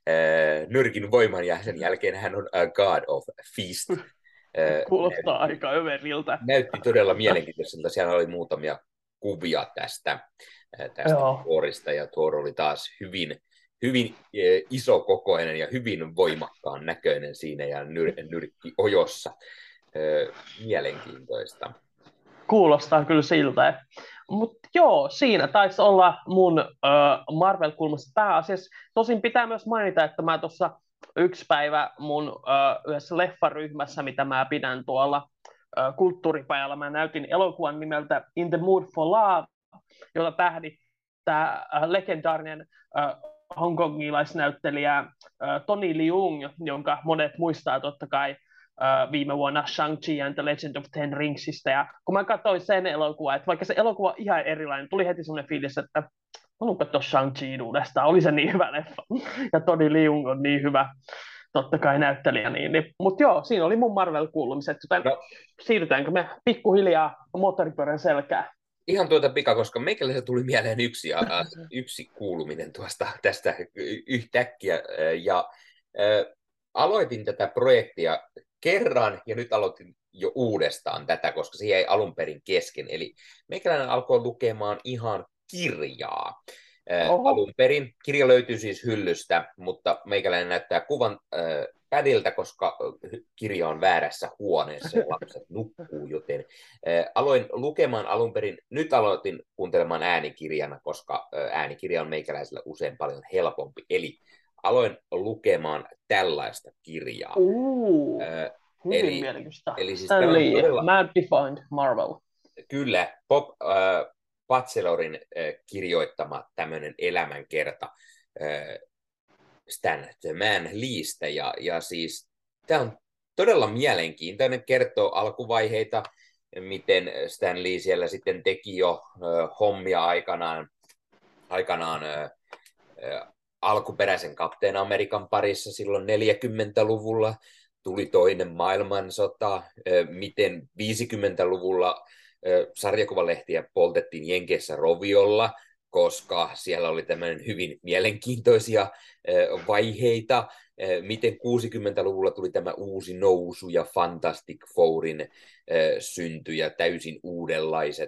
äh, nyrkin voiman ja sen jälkeen hän on a God of Feast. Äh, Kuulostaa näytti, aika överiltä. Näytti todella mielenkiintoiselta. Siellä oli muutamia kuvia tästä, äh, tästä Thorista ja Thor oli taas hyvin, hyvin äh, isokokoinen ja hyvin voimakkaan näköinen siinä ja nyr- nyrkki ojossa. Äh, mielenkiintoista. Kuulostaa kyllä siltä. Mutta joo, siinä taisi olla mun uh, Marvel-kulmasta pääasiassa. Tosin pitää myös mainita, että mä tuossa yksi päivä mun uh, yhdessä leffaryhmässä, mitä mä pidän tuolla uh, kulttuuripajalla, mä näytin elokuvan nimeltä In the Mood for Love, jota tähdittää uh, legendaarinen uh, hongkongilaisnäyttelijä uh, Tony Leung, jonka monet muistaa totta kai Uh, viime vuonna Shang-Chi and the Legend of Ten Ringsista, ja kun mä katsoin sen elokuvan, että vaikka se elokuva on ihan erilainen, tuli heti semmoinen fiilis, että haluan katsoa Shang-Chi uudestaan, oli se niin hyvä leffa, ja Tony Leung on niin hyvä, totta kai näyttelijä, niin, niin. Mutta joo, siinä oli mun Marvel-kuulumiset, joten no. Siirrytäänkö me pikkuhiljaa moottoripyörän selkään? Ihan tuota pika, koska meikälle se tuli mieleen yksi, yksi kuuluminen tuosta tästä yhtäkkiä, ja äh, aloitin tätä projektia kerran ja nyt aloitin jo uudestaan tätä, koska se jäi alun perin kesken. Eli meikäläinen alkoi lukemaan ihan kirjaa. Oho. Alun perin kirja löytyy siis hyllystä, mutta meikäläinen näyttää kuvan äh, pädiltä, koska kirja on väärässä huoneessa ja lapset nukkuu, joten äh, aloin lukemaan alun perin. Nyt aloitin kuuntelemaan äänikirjana, koska äh, äänikirja on meikäläisellä usein paljon helpompi. Eli aloin lukemaan tällaista kirjaa. Uh, äh, hyvin eli, mielenkiintoista. Eli siis Stan Lee, todella, Mad Defined Marvel. Kyllä, Bob äh, Batchelorin äh, kirjoittama tämmöinen elämänkerta äh, Stan the Man Leestä. Ja, ja siis tämä on todella mielenkiintoinen, kertoo alkuvaiheita, miten Stan Lee siellä sitten teki jo äh, hommia aikanaan, aikanaan äh, äh, alkuperäisen Captain American parissa silloin neljäkymmentäluvulla, tuli toinen maailmansota, miten viisikymmentäluvulla sarjakuvalehtiä poltettiin Jenkeissä roviolla, koska siellä oli tämmöinen hyvin mielenkiintoisia vaiheita, miten kuusikymmentäluvulla tuli tämä uusi nousu ja Fantastic Fourin synty ja täysin uudenlaiset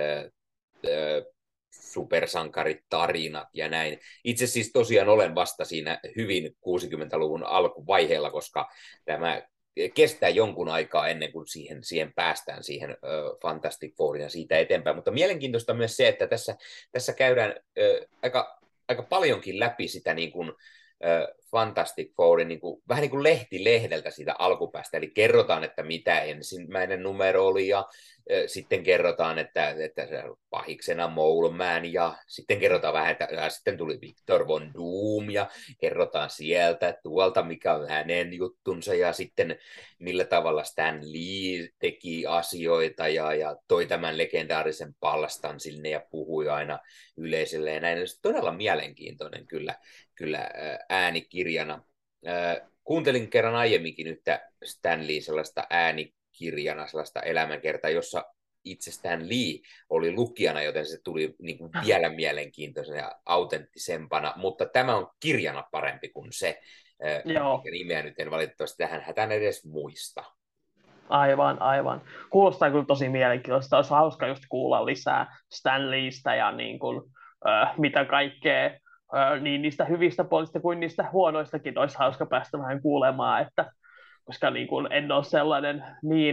supersankaritarinat ja näin. Itse siis tosiaan olen vasta siinä hyvin kuusikymmentäluvun alkuvaiheella, koska tämä kestää jonkun aikaa ennen kuin siihen, siihen päästään, siihen uh, Fantastic Fourin ja siitä eteenpäin. Mutta mielenkiintoista myös se, että tässä, tässä käydään uh, aika, aika paljonkin läpi sitä niin kuin, uh, Fantastic Fourin niin kuin, vähän niin kuin lehti lehdeltä siitä alkupäästä. Eli kerrotaan, että mitä ensimmäinen numero oli ja sitten kerrotaan, että, että pahiksena Mole Man, ja sitten kerrotaan vähän, että ja sitten tuli Victor Von Doom, ja kerrotaan sieltä, tuolta, mikä on hänen juttunsa, ja sitten millä tavalla Stan Lee teki asioita, ja, ja toi tämän legendaarisen palstan sinne, ja puhui aina yleisölle, ja näin. Se on todella mielenkiintoinen kyllä, kyllä äänikirjana. Kuuntelin kerran aiemminkin yhtä Stan Lee sellaista äänikirjana, kirjana, sellaista elämänkertaa, jossa itse Stan Lee oli lukijana, joten se tuli niin kuin vielä mielenkiintoisena ja autenttisempana, mutta tämä on kirjana parempi kuin se. Joo. Nimeä nyt en valitettavasti tähän hätään edes muista. Aivan, aivan. Kuulostaa kyllä tosi mielenkiintoista. Olisi hauska just kuulla lisää Stan Leestä ja niin kuin, äh, mitä kaikkea, äh, niin niistä hyvistä puolista kuin niistä huonoistakin olisi hauska päästä vähän kuulemaan, että koska niin kuin en ole sellainen niin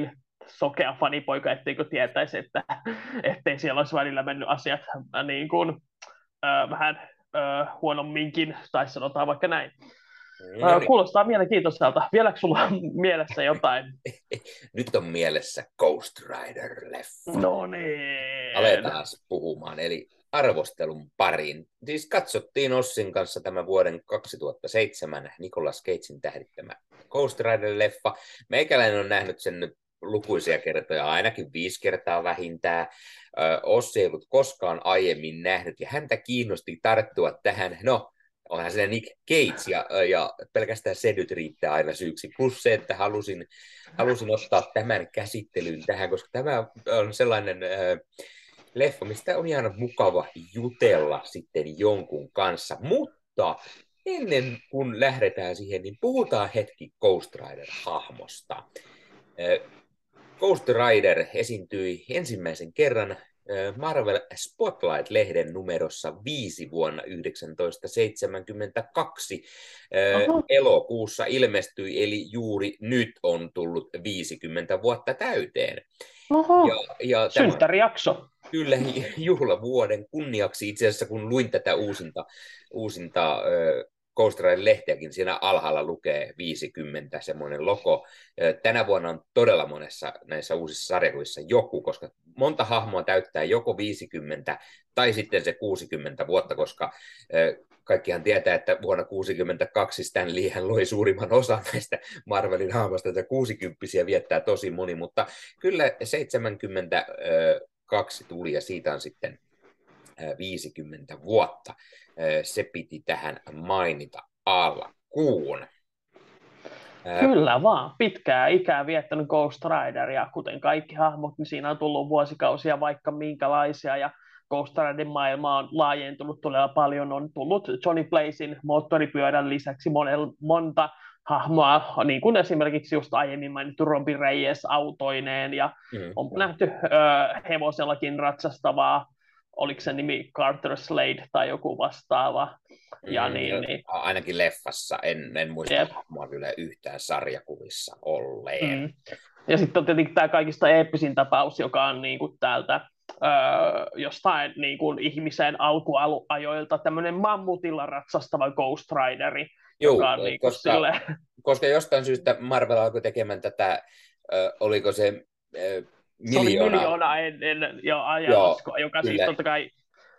sokea fanipoika, etteikö tietäisi, että ettei siellä olisi välillä mennyt asiat niin kuin, äh, vähän äh, huonomminkin, tai sanotaan vaikka näin. No Äh, niin. kuulostaa mielenkiintoiselta. Vieläkö sulla on mielessä jotain? Nyt on mielessä Ghost Rider-leffa. No niin. Aletaan puhumaan, eli arvostelun pariin. Siis katsottiin Ossin kanssa tämä vuoden kaksituhattaseitsemän Nicolas Cagein tähdittämä Ghost Rider-leffa. Meikäläinen on nähnyt sen nyt lukuisia kertoja, ainakin viisi kertaa vähintään. Ossi ei ollut koskaan aiemmin nähnyt, ja häntä kiinnosti tarttua tähän. No, onhan se Nick Cage, ja, ja pelkästään se nyt riittää aina syyksi. Plus se, että halusin, halusin ottaa tämän käsittelyyn tähän, koska tämä on sellainen äh, leffa, mistä on ihan mukava jutella sitten jonkun kanssa. Mutta ennen kuin lähdetään siihen, niin puhutaan hetki Ghost Rider-hahmosta. Äh, Ghost Rider esiintyi ensimmäisen kerran Marvel Spotlight-lehden numerossa viisi vuonna tuhatyhdeksänsataaseitsemänkymmentäkaksi. Oho. Elokuussa ilmestyi, eli juuri nyt on tullut viisikymmentä vuotta täyteen. Oho, ja, ja synttärijakso. Kyllä, juhlavuoden kunniaksi. Itse asiassa kun luin tätä uusinta, uusinta äh, Ghost Rider-lehteäkin, siinä alhaalla lukee viisikymmentä, semmoinen logo. Tänä vuonna on todella monessa näissä uusissa sarjakuvissa joku, koska monta hahmoa täyttää joko viisikymmentä tai sitten se kuusikymmentä vuotta, koska kaikkihan tietää, että vuonna kuusikymmentäkaksi Stan Lee hän loi suurimman osan näistä Marvelin hahmoista, että kuusikymppisiä viettää tosi moni, mutta kyllä seitsemänkymmentäkaksi tuli ja siitä on sitten viisikymmentä vuotta. Se piti tähän mainita alkuun. Kyllä vaan. Pitkää ikää viettänyt Ghost Rider, ja kuten kaikki hahmot, niin siinä on tullut vuosikausia vaikka minkälaisia, ja Ghost Riderin maailma on laajentunut todella paljon. On tullut Johnny Blazein moottoripyörän lisäksi monel, monta hahmoa, niin kuin esimerkiksi just aiemmin mainittu Robin Reyes autoineen, ja mm. on nähty ö, hevosellakin ratsastavaa, oliko se nimi Carter Slade tai joku vastaava. Ja mm, niin, niin. Ainakin leffassa, en, en muista yep. hahmoa kyllä yhtään sarjakuvissa olleen. Mm. Ja sitten on tietenkin tämä kaikista eeppisin tapaus, joka on niin kuin täältä öö, jostain niin kuin ihmisen alkuajoilta tämmöinen mammutilla ratsastava Ghost Rideri. Joo, joka on niin koska, sille... koska jostain syystä Marvel alkoi tekemään tätä, ö, oliko se... Ö, miljoona. Se oli miljoona ennen jo ajanlaskua, joka kyllä. Siis totta kai,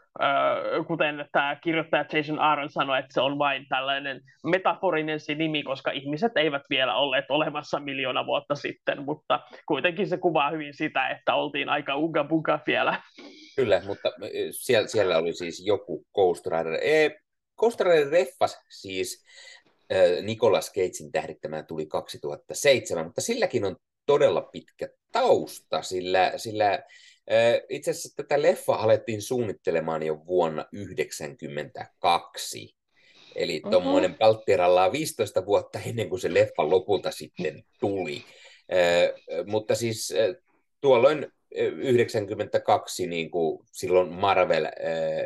äh, kuten tämä kirjoittaja Jason Aaron sanoi, että se on vain tällainen metaforinen se nimi, koska ihmiset eivät vielä olleet olemassa miljoona vuotta sitten, mutta kuitenkin se kuvaa hyvin sitä, että oltiin aika uga buga vielä. Kyllä, mutta siellä, siellä oli siis joku Ghost Rider. E, Ghost Rider-reffas siis äh, Nicolas Cagein tähdittämään tuli kaksituhattaseitsemän, mutta silläkin on todella pitkä tausta, sillä, sillä äh, itse asiassa tätä leffa alettiin suunnittelemaan jo vuonna yhdeksänkymmentäkaksi. Eli tuommoinen palttirallaa viisitoista vuotta ennen kuin se leffa lopulta sitten tuli. Äh, mutta siis äh, tuolloin yhdeksänkymmentäkaksi niin kuin silloin Marvel äh,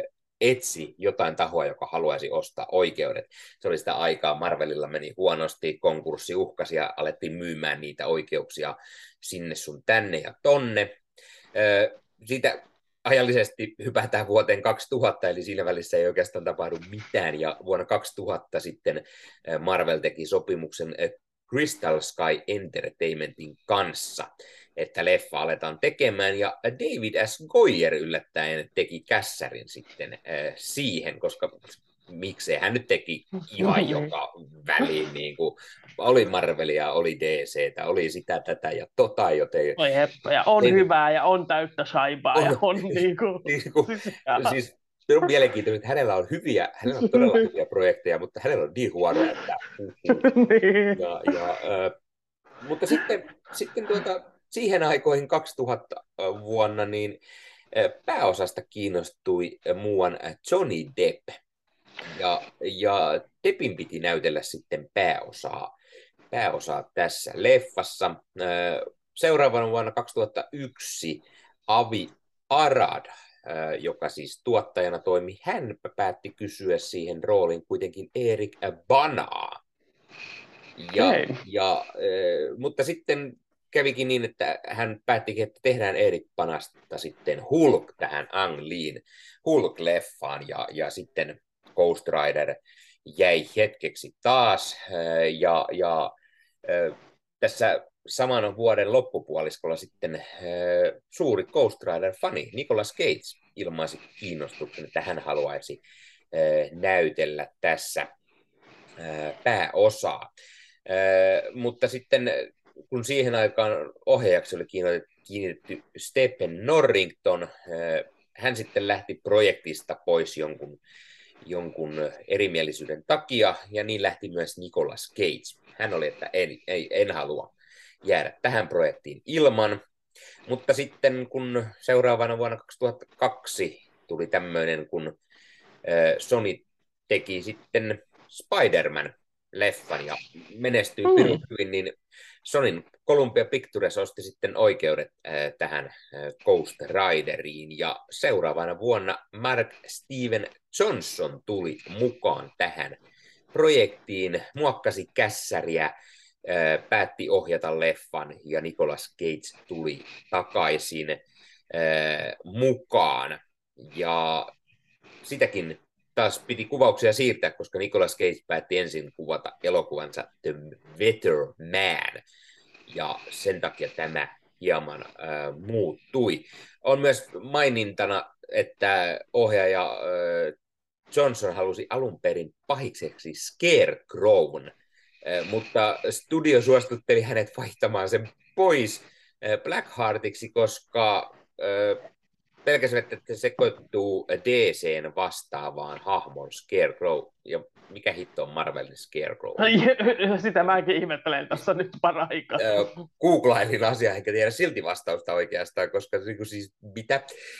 etsi jotain tahoa, joka haluaisi ostaa oikeudet. Se oli sitä aikaa, Marvelilla meni huonosti, konkurssi uhkasi ja alettiin myymään niitä oikeuksia sinne sun tänne ja tonne. Siitä ajallisesti hypätään vuoteen kaksituhatta, eli siinä välissä ei oikeastaan tapahdu mitään, ja vuonna kaksituhatta sitten Marvel teki sopimuksen Crystal Sky Entertainmentin kanssa, että leffa aletaan tekemään, ja David S. Goyer yllättäen teki kässärin sitten äh, siihen, koska miksei hän nyt teki ihan joka väliin, niin kuin oli Marvelia, oli D C:tä, oli sitä, tätä ja tota, joten... Oi heppo, ja on ei, hyvää, ja on täyttä saipaa, on, ja on niin kuin... niin kuin siis se on mielenkiintoista, että hänellä on hyviä, hänellä on todella hyviä projekteja, mutta hänellä on niin huonoja, että... niin. ja, ja, äh, mutta sitten, sitten tuota... Siihen aikoihin kaksituhatta vuonna niin pääosasta kiinnostui muuan Johnny Depp. Ja, ja Deppin piti näytellä sitten pääosaa, pääosaa tässä leffassa. Seuraavana vuonna kaksituhattayksi Avi Arad, joka siis tuottajana toimi, hän päätti kysyä siihen rooliin kuitenkin Eric Banaa. Ja, ja, mutta sitten kävikin niin, että hän päättikin, että tehdään Erik Banasta sitten Hulk tähän Ang Leein Hulk-leffaan, ja, ja sitten Ghost Rider jäi hetkeksi taas, ja, ja tässä saman vuoden loppupuoliskolla sitten suuri Ghost Rider-fani Nicolas Cage ilmaisi kiinnostuksen, että hän haluaisi näytellä tässä pääosaa. Mutta sitten kun siihen aikaan ohjaajaksi oli kiinnitetty Stephen Norrington, hän sitten lähti projektista pois jonkun, jonkun erimielisyyden takia, ja niin lähti myös Nicolas Cage. Hän oli, että en, ei, en halua jäädä tähän projektiin ilman, mutta sitten kun seuraavana vuonna kaksituhattakaksi tuli tämmöinen, kun Sony teki sitten Spider-Man-leffan ja menestyi mm. pirun hyvin, niin Sonyn Columbia Pictures osti sitten oikeudet äh, tähän äh, Ghost Rideriin, ja seuraavana vuonna Mark Steven Johnson tuli mukaan tähän projektiin, muokkasi kässäriä, äh, päätti ohjata leffan, ja Nicolas Cage tuli takaisin äh, mukaan, ja sitäkin taas piti kuvauksia siirtää, koska Nicolas Cage päätti ensin kuvata elokuvansa The Better Man, ja sen takia tämä hieman äh, muuttui. On myös mainintana, että ohjaaja äh, Johnson halusi alun perin pahikseksi Scarecrown, äh, mutta studio suostutteli hänet vaihtamaan sen pois äh, Blackheartiksi, koska äh, pelkäsivät, että se sekoittuu D C:n vastaavaan hahmon Scarecrow. Ja mikä hitto on Marvelin Scarecrow? Sitä mäkin ihmettelen tässä nyt paraikaa. Googlailin asiaa, enkä tiedä silti vastausta oikeastaan, koska siis mitä.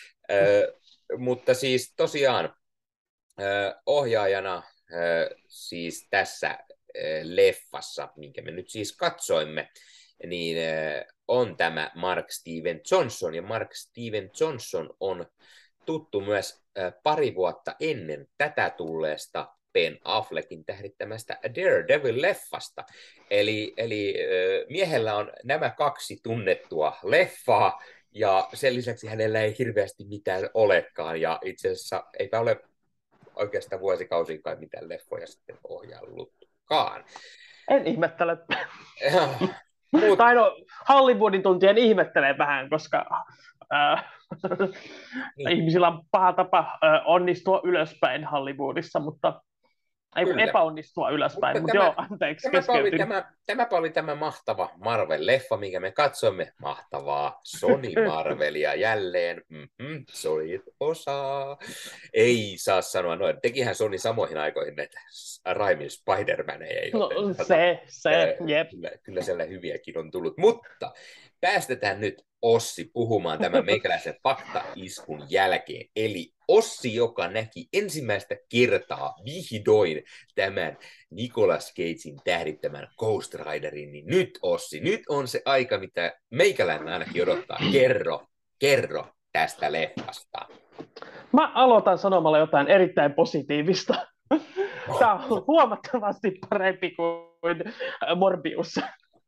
Mutta siis tosiaan ohjaajana siis tässä leffassa, minkä me nyt siis katsoimme, niin on tämä Mark Steven Johnson, ja Mark Steven Johnson on tuttu myös pari vuotta ennen tätä tulleesta Ben Affleckin tähdittämästä Daredevil-leffasta. Eli, eli miehellä on nämä kaksi tunnettua leffaa, ja sen lisäksi hänellä ei hirveästi mitään olekaan, ja itse asiassa eipä ole oikeastaan vuosikausiin kai mitään leffoja sitten ohjallutkaan. En ihmettele. Mut... Tai no, Hollywoodin tuntien ihmettelee vähän, koska äh, niin. ihmisillä on paha tapa äh, onnistua ylöspäin Hollywoodissa, mutta ei epäonnistua ylöspäin, mutta, mutta tämä, joo, anteeksi, tämäpä oli, tämä, tämäpä oli tämä mahtava Marvel-leffa, minkä me katsomme. Mahtavaa Sony Marvelia jälleen. Mm-hmm, Sony osaa. Ei saa sanoa noin. Tekihän Sony samoihin aikoihin näitä Raimin Spider-Maneja. No se, se, ää, jep. Kyllä, kyllä siellä hyviäkin on tullut. Mutta päästetään nyt Ossi puhumaan tämän meikäläisen fakta-iskun jälkeen. Eli Ossi, joka näki ensimmäistä kertaa vihdoin tämän Nicolas Cagein tähdittämän Ghost Riderin, niin nyt Ossi, nyt on se aika, mitä meikäläinen ainakin odottaa. Kerro, kerro tästä leffasta. Mä aloitan sanomalla jotain erittäin positiivista. Tämä on huomattavasti parempi kuin Morbius.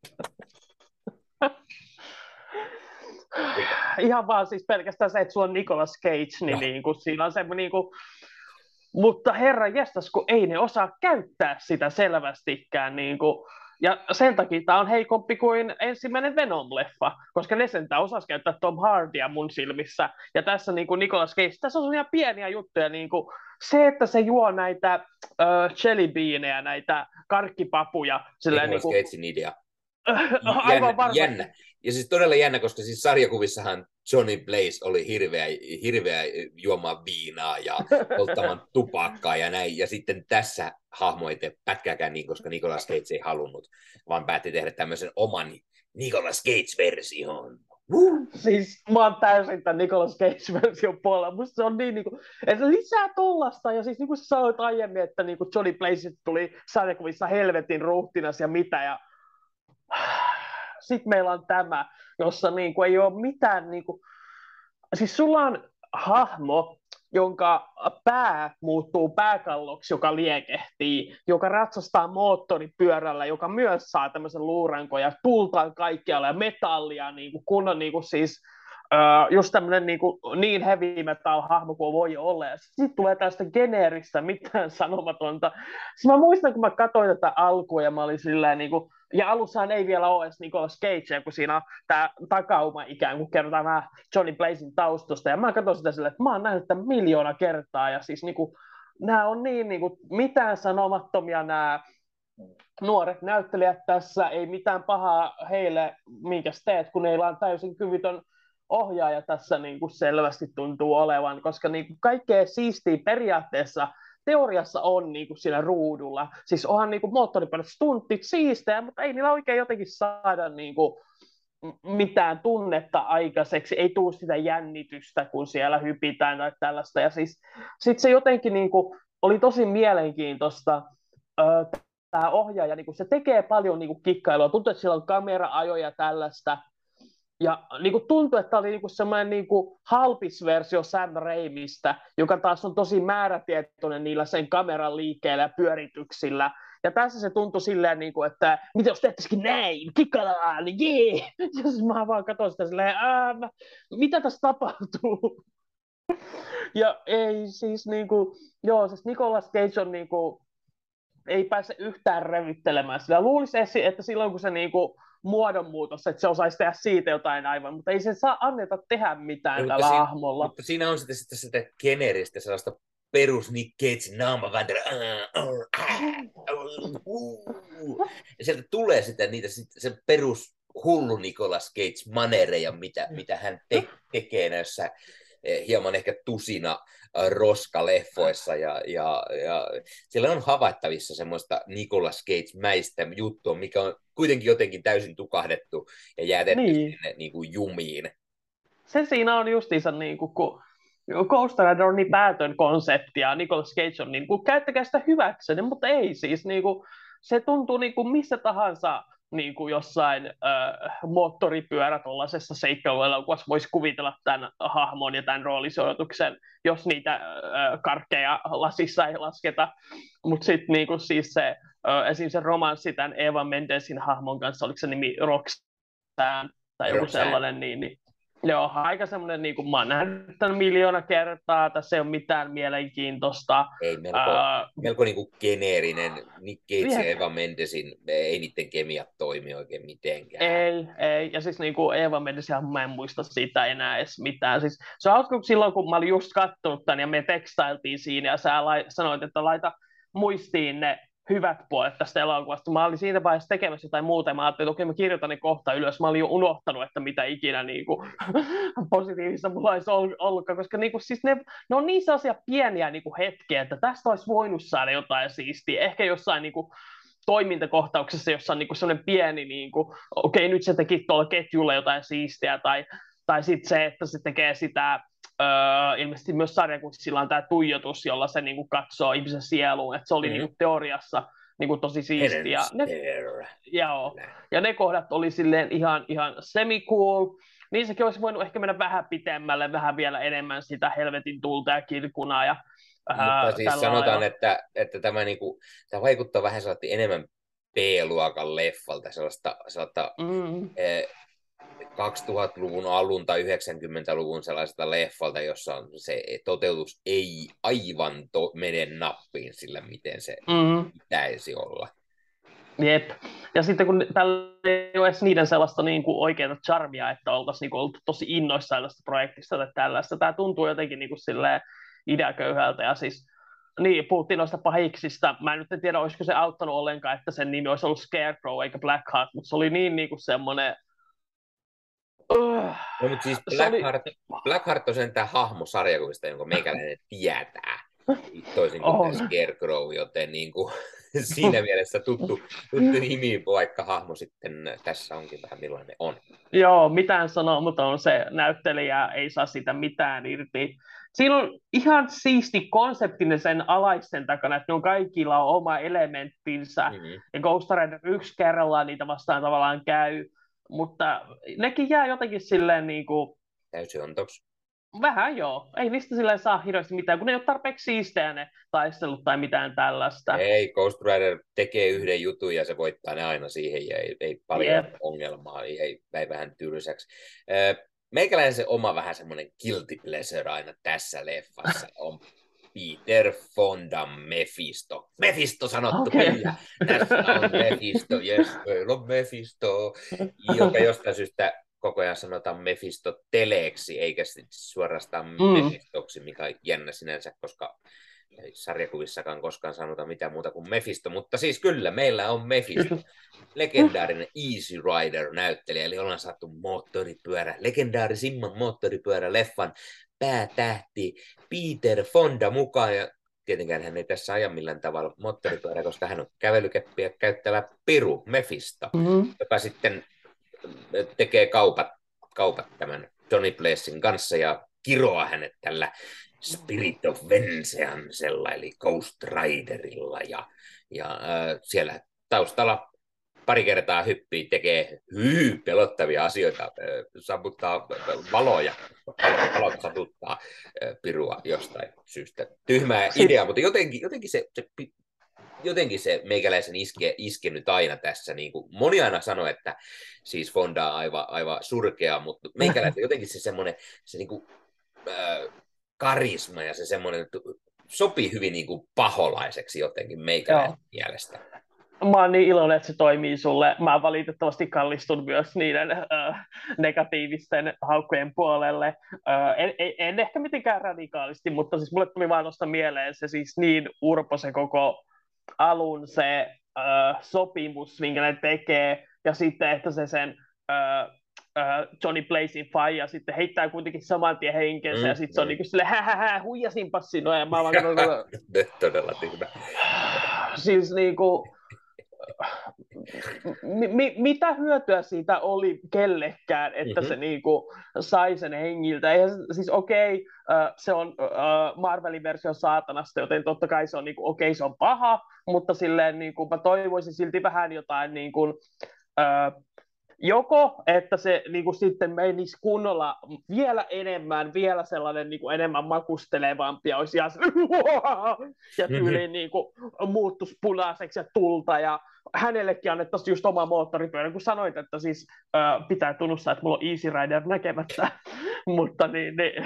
Ihan vaan siis pelkästään se, että sulla on Nicolas Cage, niin, no. niin kuin, siinä on semmoinen, niin kuin, mutta herra jestas, kun ei ne osaa käyttää sitä selvästikään, niin kuin, ja sen takia tämä on heikompi kuin ensimmäinen Venom-leffa, koska ne sentään osasi käyttää Tom Hardya mun silmissä, ja tässä niin kuin Nicolas Cage, tässä on ihan pieniä juttuja, niin kuin, se, että se juo näitä uh, jellybeanejä, näitä karkkipapuja. Nicolas niin kuin, Cagein idea. Aivan varmasti. Jännä. Ja siis todella jännä, koska siis sarjakuvissahan Johnny Blaze oli hirveä, hirveä juomaan viinaa ja polttamaan tupakkaa ja näin. Ja sitten tässä hahmo ei tee pätkääkään niin, koska Nicolas Cage ei halunnut, vaan päätti tehdä tämmöisen oman Nicolas Cage-version. Siis mä oon täysin tämän Nicolas Cage-version puolella. Musta se on niin, niin kuin, että lisää tollasta. Ja siis niin kuin sä sanoit aiemmin, että niin kuin Johnny Blaze tuli sarjakuvissa helvetin ruhtinas ja mitä. Ja sitten meillä on tämä, jossa niinku ei ole mitään, niinku, siis sulla on hahmo, jonka pää muuttuu pääkalloksi, joka liekehtii, joka ratsastaa moottoripyörällä, joka myös saa tämmöisen luuranko ja tulta kaikkialla ja metallia, niin kuin kunnon niin kuin siis Uh, just tämmöinen niin, niin heavy metal-hahmo kuin voi olla. Ja sitten tulee tästä geneeristä mitään sanomatonta. Siis mä muistan, kun mä katsoin tätä alkua ja mä olin silleen, niin kuin, ja alussahan ei vielä ole edes Nicolas Cage, kun siinä on tämä takauma ikään kuin kerrotaan vähän Johnny Blazin taustasta. Ja mä katsoin sitä silleen, että mä oon nähnyt tämän miljoona kertaa. Ja siis niin kuin, nämä on niin, niin kuin, mitään sanomattomia nämä nuoret näyttelijät tässä, ei mitään pahaa heille, minkäs teet, kun heillä on täysin kyvytön ohjaaja tässä niin kuin selvästi tuntuu olevan, koska niin kuin kaikkea siistiä periaatteessa teoriassa on niin kuin siinä ruudulla. Siis onhan niin kuin moottoripyörät stuntit siistejä, mutta ei niillä oikein jotenkin saada niin kuin mitään tunnetta aikaiseksi, ei tule sitä jännitystä, kun siellä hypitään tai tällaista. Ja siis sit se jotenkin niin kuin, oli tosi mielenkiintoista, tämä ohjaaja, niin kuin se tekee paljon niin kuin kikkailua, tuntuu, että siellä on kamera-ajoja ja tällaista, ja niin kuin tuntui, että oli niin kuin semmoinen niin kuin halpis versio Sam Raimista, joka taas on tosi määrätietoinen niillä sen kameran liikkeellä ja pyörityksillä. Ja tässä se tuntui silleen, niin kuin, että mitä jos tehtäisikin näin, kikkaillaan, jee! Ja siis mä vaan katsoin sitä silleen, mä, mitä tässä tapahtuu? Ja ei siis niin kuin, joo, siis Nicolas Cage on niin kuin, ei pääse yhtään revittelemään sitä. Luulisi, että silloin kun se niinku muodonmuutos, että se osaisi tehdä siitä jotain aivan, mutta ei se saa anneta tehdä mitään no, tällä siinä, hahmolla. mutta siinä on sitten, sitten sitä generistä, sellaista perus Nick Cagein naamaväntä. Ja sieltä tulee sitä niitä, se perus hullu Nicolas Cage manereja, mitä, mitä hän te- tekee näissä hieman ehkä tusina roskaleffoissa ja, ja, ja siellä on havaittavissa semmoista Nicolas Cage-mäistä juttua, mikä on kuitenkin jotenkin täysin tukahdettu ja jätetty niin. sinne niin kuin jumiin. Se siinä on justiinsa niin kuin, kun Ghost Rider on niin päätön konsepti ja Nicolas Cage on niin kuin, käyttäkää sitä hyväksenne, mutta ei siis niin kuin, se tuntuu niin kuin missä tahansa niin kuin jossain äh, moottoripyörä tuollaisessa seikkailuelokuvassa voisi kuvitella tämän hahmon ja tämän roolisuorituksen, jos niitä äh, karkkeja lasissa ei lasketa. Mutta sitten niin siis se, äh, esim. Se romanssi tämän Eva Mendesin hahmon kanssa, oliko se nimi Roxanne tai joku Roxanne. sellainen, niin, niin joo, aika semmoinen, niin kuin mä oon nähnyt tämän miljoona kertaa, tässä ei ole mitään mielenkiintoista. Ei, melko, Ää, melko niin kuin geneerinen. Nick Cage ja Jep. Eva Mendesin, ei niiden kemiat toimi oikein mitenkään. Ei, ei. Ja siis niin kuin Eva Mendes, mä en muista siitä enää edes mitään. Siis, se on hauska, kun silloin, kun mä olin just kattonut tämän ja me tekstailtiin siinä ja sä lai, sanoit, että laita muistiin ne hyvät puolet tästä elokuvasta. Mä olin siinä vaiheessa tekemässä jotain muuta ja mä ajattelin, että okei, mä kirjoitan ne kohta ylös. Mä olin jo unohtanut, että mitä ikinä niin kuin, positiivista mulla olisi ollutkaan, koska niin kuin, siis ne, ne on niin sellaisia pieniä niin kuin hetkiä, että tästä olisi voinut saada jotain siistiä. Ehkä jossain niin kuin, toimintakohtauksessa, jossa on niin kuin sellainen pieni, niin kuin, okei, nyt se teki tuolla ketjulla jotain siistiä, tai, tai sitten se, että se tekee sitä, öö, ilmeisesti myös sarja, kun sillä on tämä tuijotus, jolla se niin kuin katsoo ihmisen sieluun, että se oli mm-hmm. niin kuin teoriassa niin kuin tosi siistiä. Ne, joo, ja ne kohdat oli silleen ihan, ihan semi-cool. Niissäkin olisi voinut ehkä mennä vähän pitemmälle, vähän vielä enemmän sitä helvetin tulta ja kirkunaa ja mutta siis sanotaan, että, että tämä, niinku, tämä vaikuttaa vähän enemmän B-luokan leffalta, sellaista, sellaista mm. eh, kaksituhattaluvun alun tai yhdeksänkymmentäluvun sellaiselta leffalta, jossa on se toteutus ei aivan to- mene nappiin sillä, miten se mm. pitäisi olla. Jep. Ja sitten kun tällä ei ole edes niiden sellaista niin kuin oikeaa charmia, että oltaisiin niin kuin oltu tosi innoissaan tästä projektista tai tällaista. Tämä tuntuu jotenkin niin kuin silleen ideaköyhältä ja siis niin, puhuttiin noista pahiksista. Mä en nyt tiedä, olisiko se auttanut ollenkaan, että sen nimi olisi ollut Scarecrow eikä Blackheart, mutta se oli niin niin kuin semmoinen Uh, no, mutta siis Blackheart, oli... Blackheart on sen tämä hahmosarjakuvista, jonka meikäläinen tietää, toisin kuin oh. Scarecrow, joten niin kuin, siinä mielessä tuttu, tuttu nimi, vaikka hahmo sitten tässä onkin vähän millainen on. Joo, mitään sanoa, mutta on se näyttelijä, ei saa sitä mitään irti. Siinä on ihan siisti konseptinen sen alaisten takana, että ne on kaikilla on oma elementtinsä, mm-hmm. ja Ghost Rider yksi kerrallaan niitä vastaan tavallaan käy, mutta nekin jää jotenkin silleen niin kuin... Täysin ontoksi. Vähän joo. Ei niistä sillä saa hirveästi mitään, kun ne ei ole tarpeeksi siistejä ne taistelut tai mitään tällaista. Ei, Ghost Rider tekee yhden jutun ja se voittaa ne aina siihen ja ei, ei paljon Jep. ongelmaa, ei, ei, ei vähän tylsäksi. Meikäläinen se oma vähän semmoinen guilty pleasure aina tässä leffassa on Peter Fonda Mephisto. Mephisto sanottu Okei. kyllä. Tässä on Mephisto, yes, meillä on Mephisto, joka jostain syystä koko ajan sanotaan Mephisto teleeksi, eikä suorastaan Mm. Mephistoksi, mikä on jännä sinänsä, koska ei sarjakuvissakaan koskaan sanota mitään muuta kuin Mephisto, mutta siis kyllä, meillä on Mephisto, legendaarinen Easy Rider-näyttelijä, eli ollaan saatu moottoripyörä, legendaarisimman moottoripyörä-leffan päätähti Peter Fonda mukaan, ja tietenkään hän ei tässä aja millään tavalla moottoripyörä, koska hän on kävelykeppiä käyttävä piru, Mephisto, Mm-hmm. joka sitten tekee kaupat, kaupat tämän Johnny Blazin kanssa ja kiroaa hänet tällä Spirit of Vengeancella, eli Ghost Riderilla, ja, ja äh, siellä taustalla pari kertaa hyppii, tekee hyy, pelottavia asioita, äh, sammuttaa valoja, valot satuttaa äh, pirua jostain syystä. Tyhmää ideaa, mutta jotenkin, jotenkin se, se jotenkin se meikäläisen iske, iske nyt aina tässä, niin kuin moni aina sanoo, että siis Fonda on aivan, aivan surkea, mutta meikäläisen jotenkin se semmoinen se niin kuin, äh, karisma ja se semmoinen sopii hyvin niin kuin paholaiseksi jotenkin meikäläisen Joo. mielestä. Mä oon niin iloinen, että se toimii sulle. Mä valitettavasti kallistun myös niiden äh, negatiivisten haukkojen puolelle. Äh, en, en, en ehkä mitenkään radikaalisti, mutta siis mulle tuli vaan nosta mieleen se siis niin urpo se koko alun se äh, sopimus, minkä ne tekee, ja sitten, että se sen äh, äh, Johnny Blazin faija sitten heittää kuitenkin saman tien henkensä, mm, ja sitten mm. se on niin kuin silleen, hähähä, huijasinpas sinua, ja mä vaan todella tyhmä. Siis niinku, mi- mi- mitä hyötyä siitä oli kellekään, että mm-hmm. se niinku sai sen hengiltä. Eihän, siis okei, okay, se on uh, Marvelin versio saatanasta, joten totta kai se on niinku, okei, okay, se on paha, mutta silleen niinku, mä toivoisin silti vähän jotain niinku, uh, joko, että se niinku sitten menisi kunnolla vielä enemmän, vielä sellainen niinku enemmän makustelevampi, ja olisi ihan se, ja tyyliin niinku muuttuisi punaiseksi ja tulta, ja hänellekin annettaisiin just oma moottoripyörä, kun sanoit, että siis äh, pitää tunnustaa, että mulla on Easy Rider näkemättä, mutta niin, niin.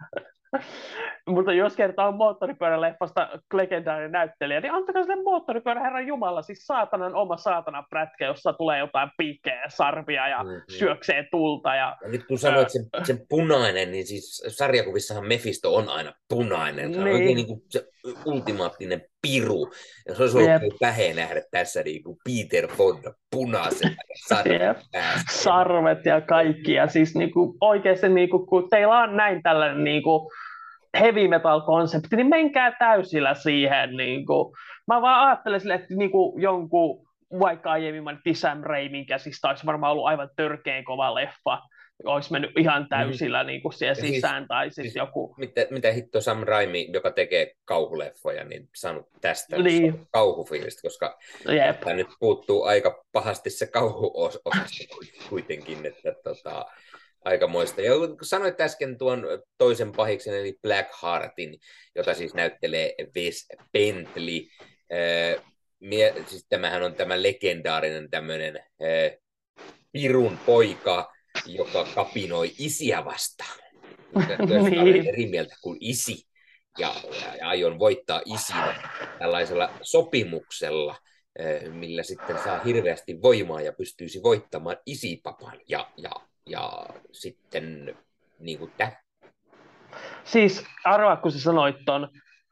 Mutta jos kertaa on moottoripyöräleffasta legendaarinen näyttelijä, niin antakaa sille moottoripyörä, herran jumala, siis saatanan oma saatanan prätkä, jossa tulee jotain piikkejä ja sarvia ja mm-hmm. syöksee tulta. Ja, ja nyt kun sanoit sen, sen punainen, niin siis sarjakuvissahan Mephisto on aina punainen. Se on niin. oikein niin kuin se ultimaattinen piru. Ja se olisi ollut yep. päheä nähdä tässä niin kuin Peter Fonda punaisena ja sarvet yep. Sarvet ja kaikki. Ja siis niin kuin oikeasti, niin kuin, kun teillä on näin tällainen niin kuin heavy metal-konsepti, niin menkää täysillä siihen. Niin kuin. Mä vaan ajattelen sille, että niin kuin jonkun, vaikka aiemmin mainittiin Sam Raimin käsistä, olisi varmaan ollut aivan törkeän kova leffa. Olisi mennyt ihan täysillä mm. niin kuin siihen sisään. Siis, tai siis, siis joku... Mitä, mitä hitto Sam Raimi, joka tekee kauhuleffoja, niin saanut tästä niin. kauhufiilistä, koska nyt puuttuu aika pahasti se kauhuosasto kuitenkin, että tota, aikamoista. Ja kun sanoit äsken tuon toisen pahiksen, eli Blackheartin, jota siis näyttelee Wes Bentley. Äh, mie, siis tämähän on tämä legendaarinen tämmöinen äh, pirun poika, joka kapinoi isiä vastaan. Niin. Olen eri mieltä kuin isi. Ja, ja, ja aion voittaa isin tällaisella sopimuksella, äh, millä sitten saa hirveästi voimaa ja pystyisi voittamaan isipapan. Ja, ja Ja sitten niin kuin tämä. Siis arvaa, kun sä sanoit ton,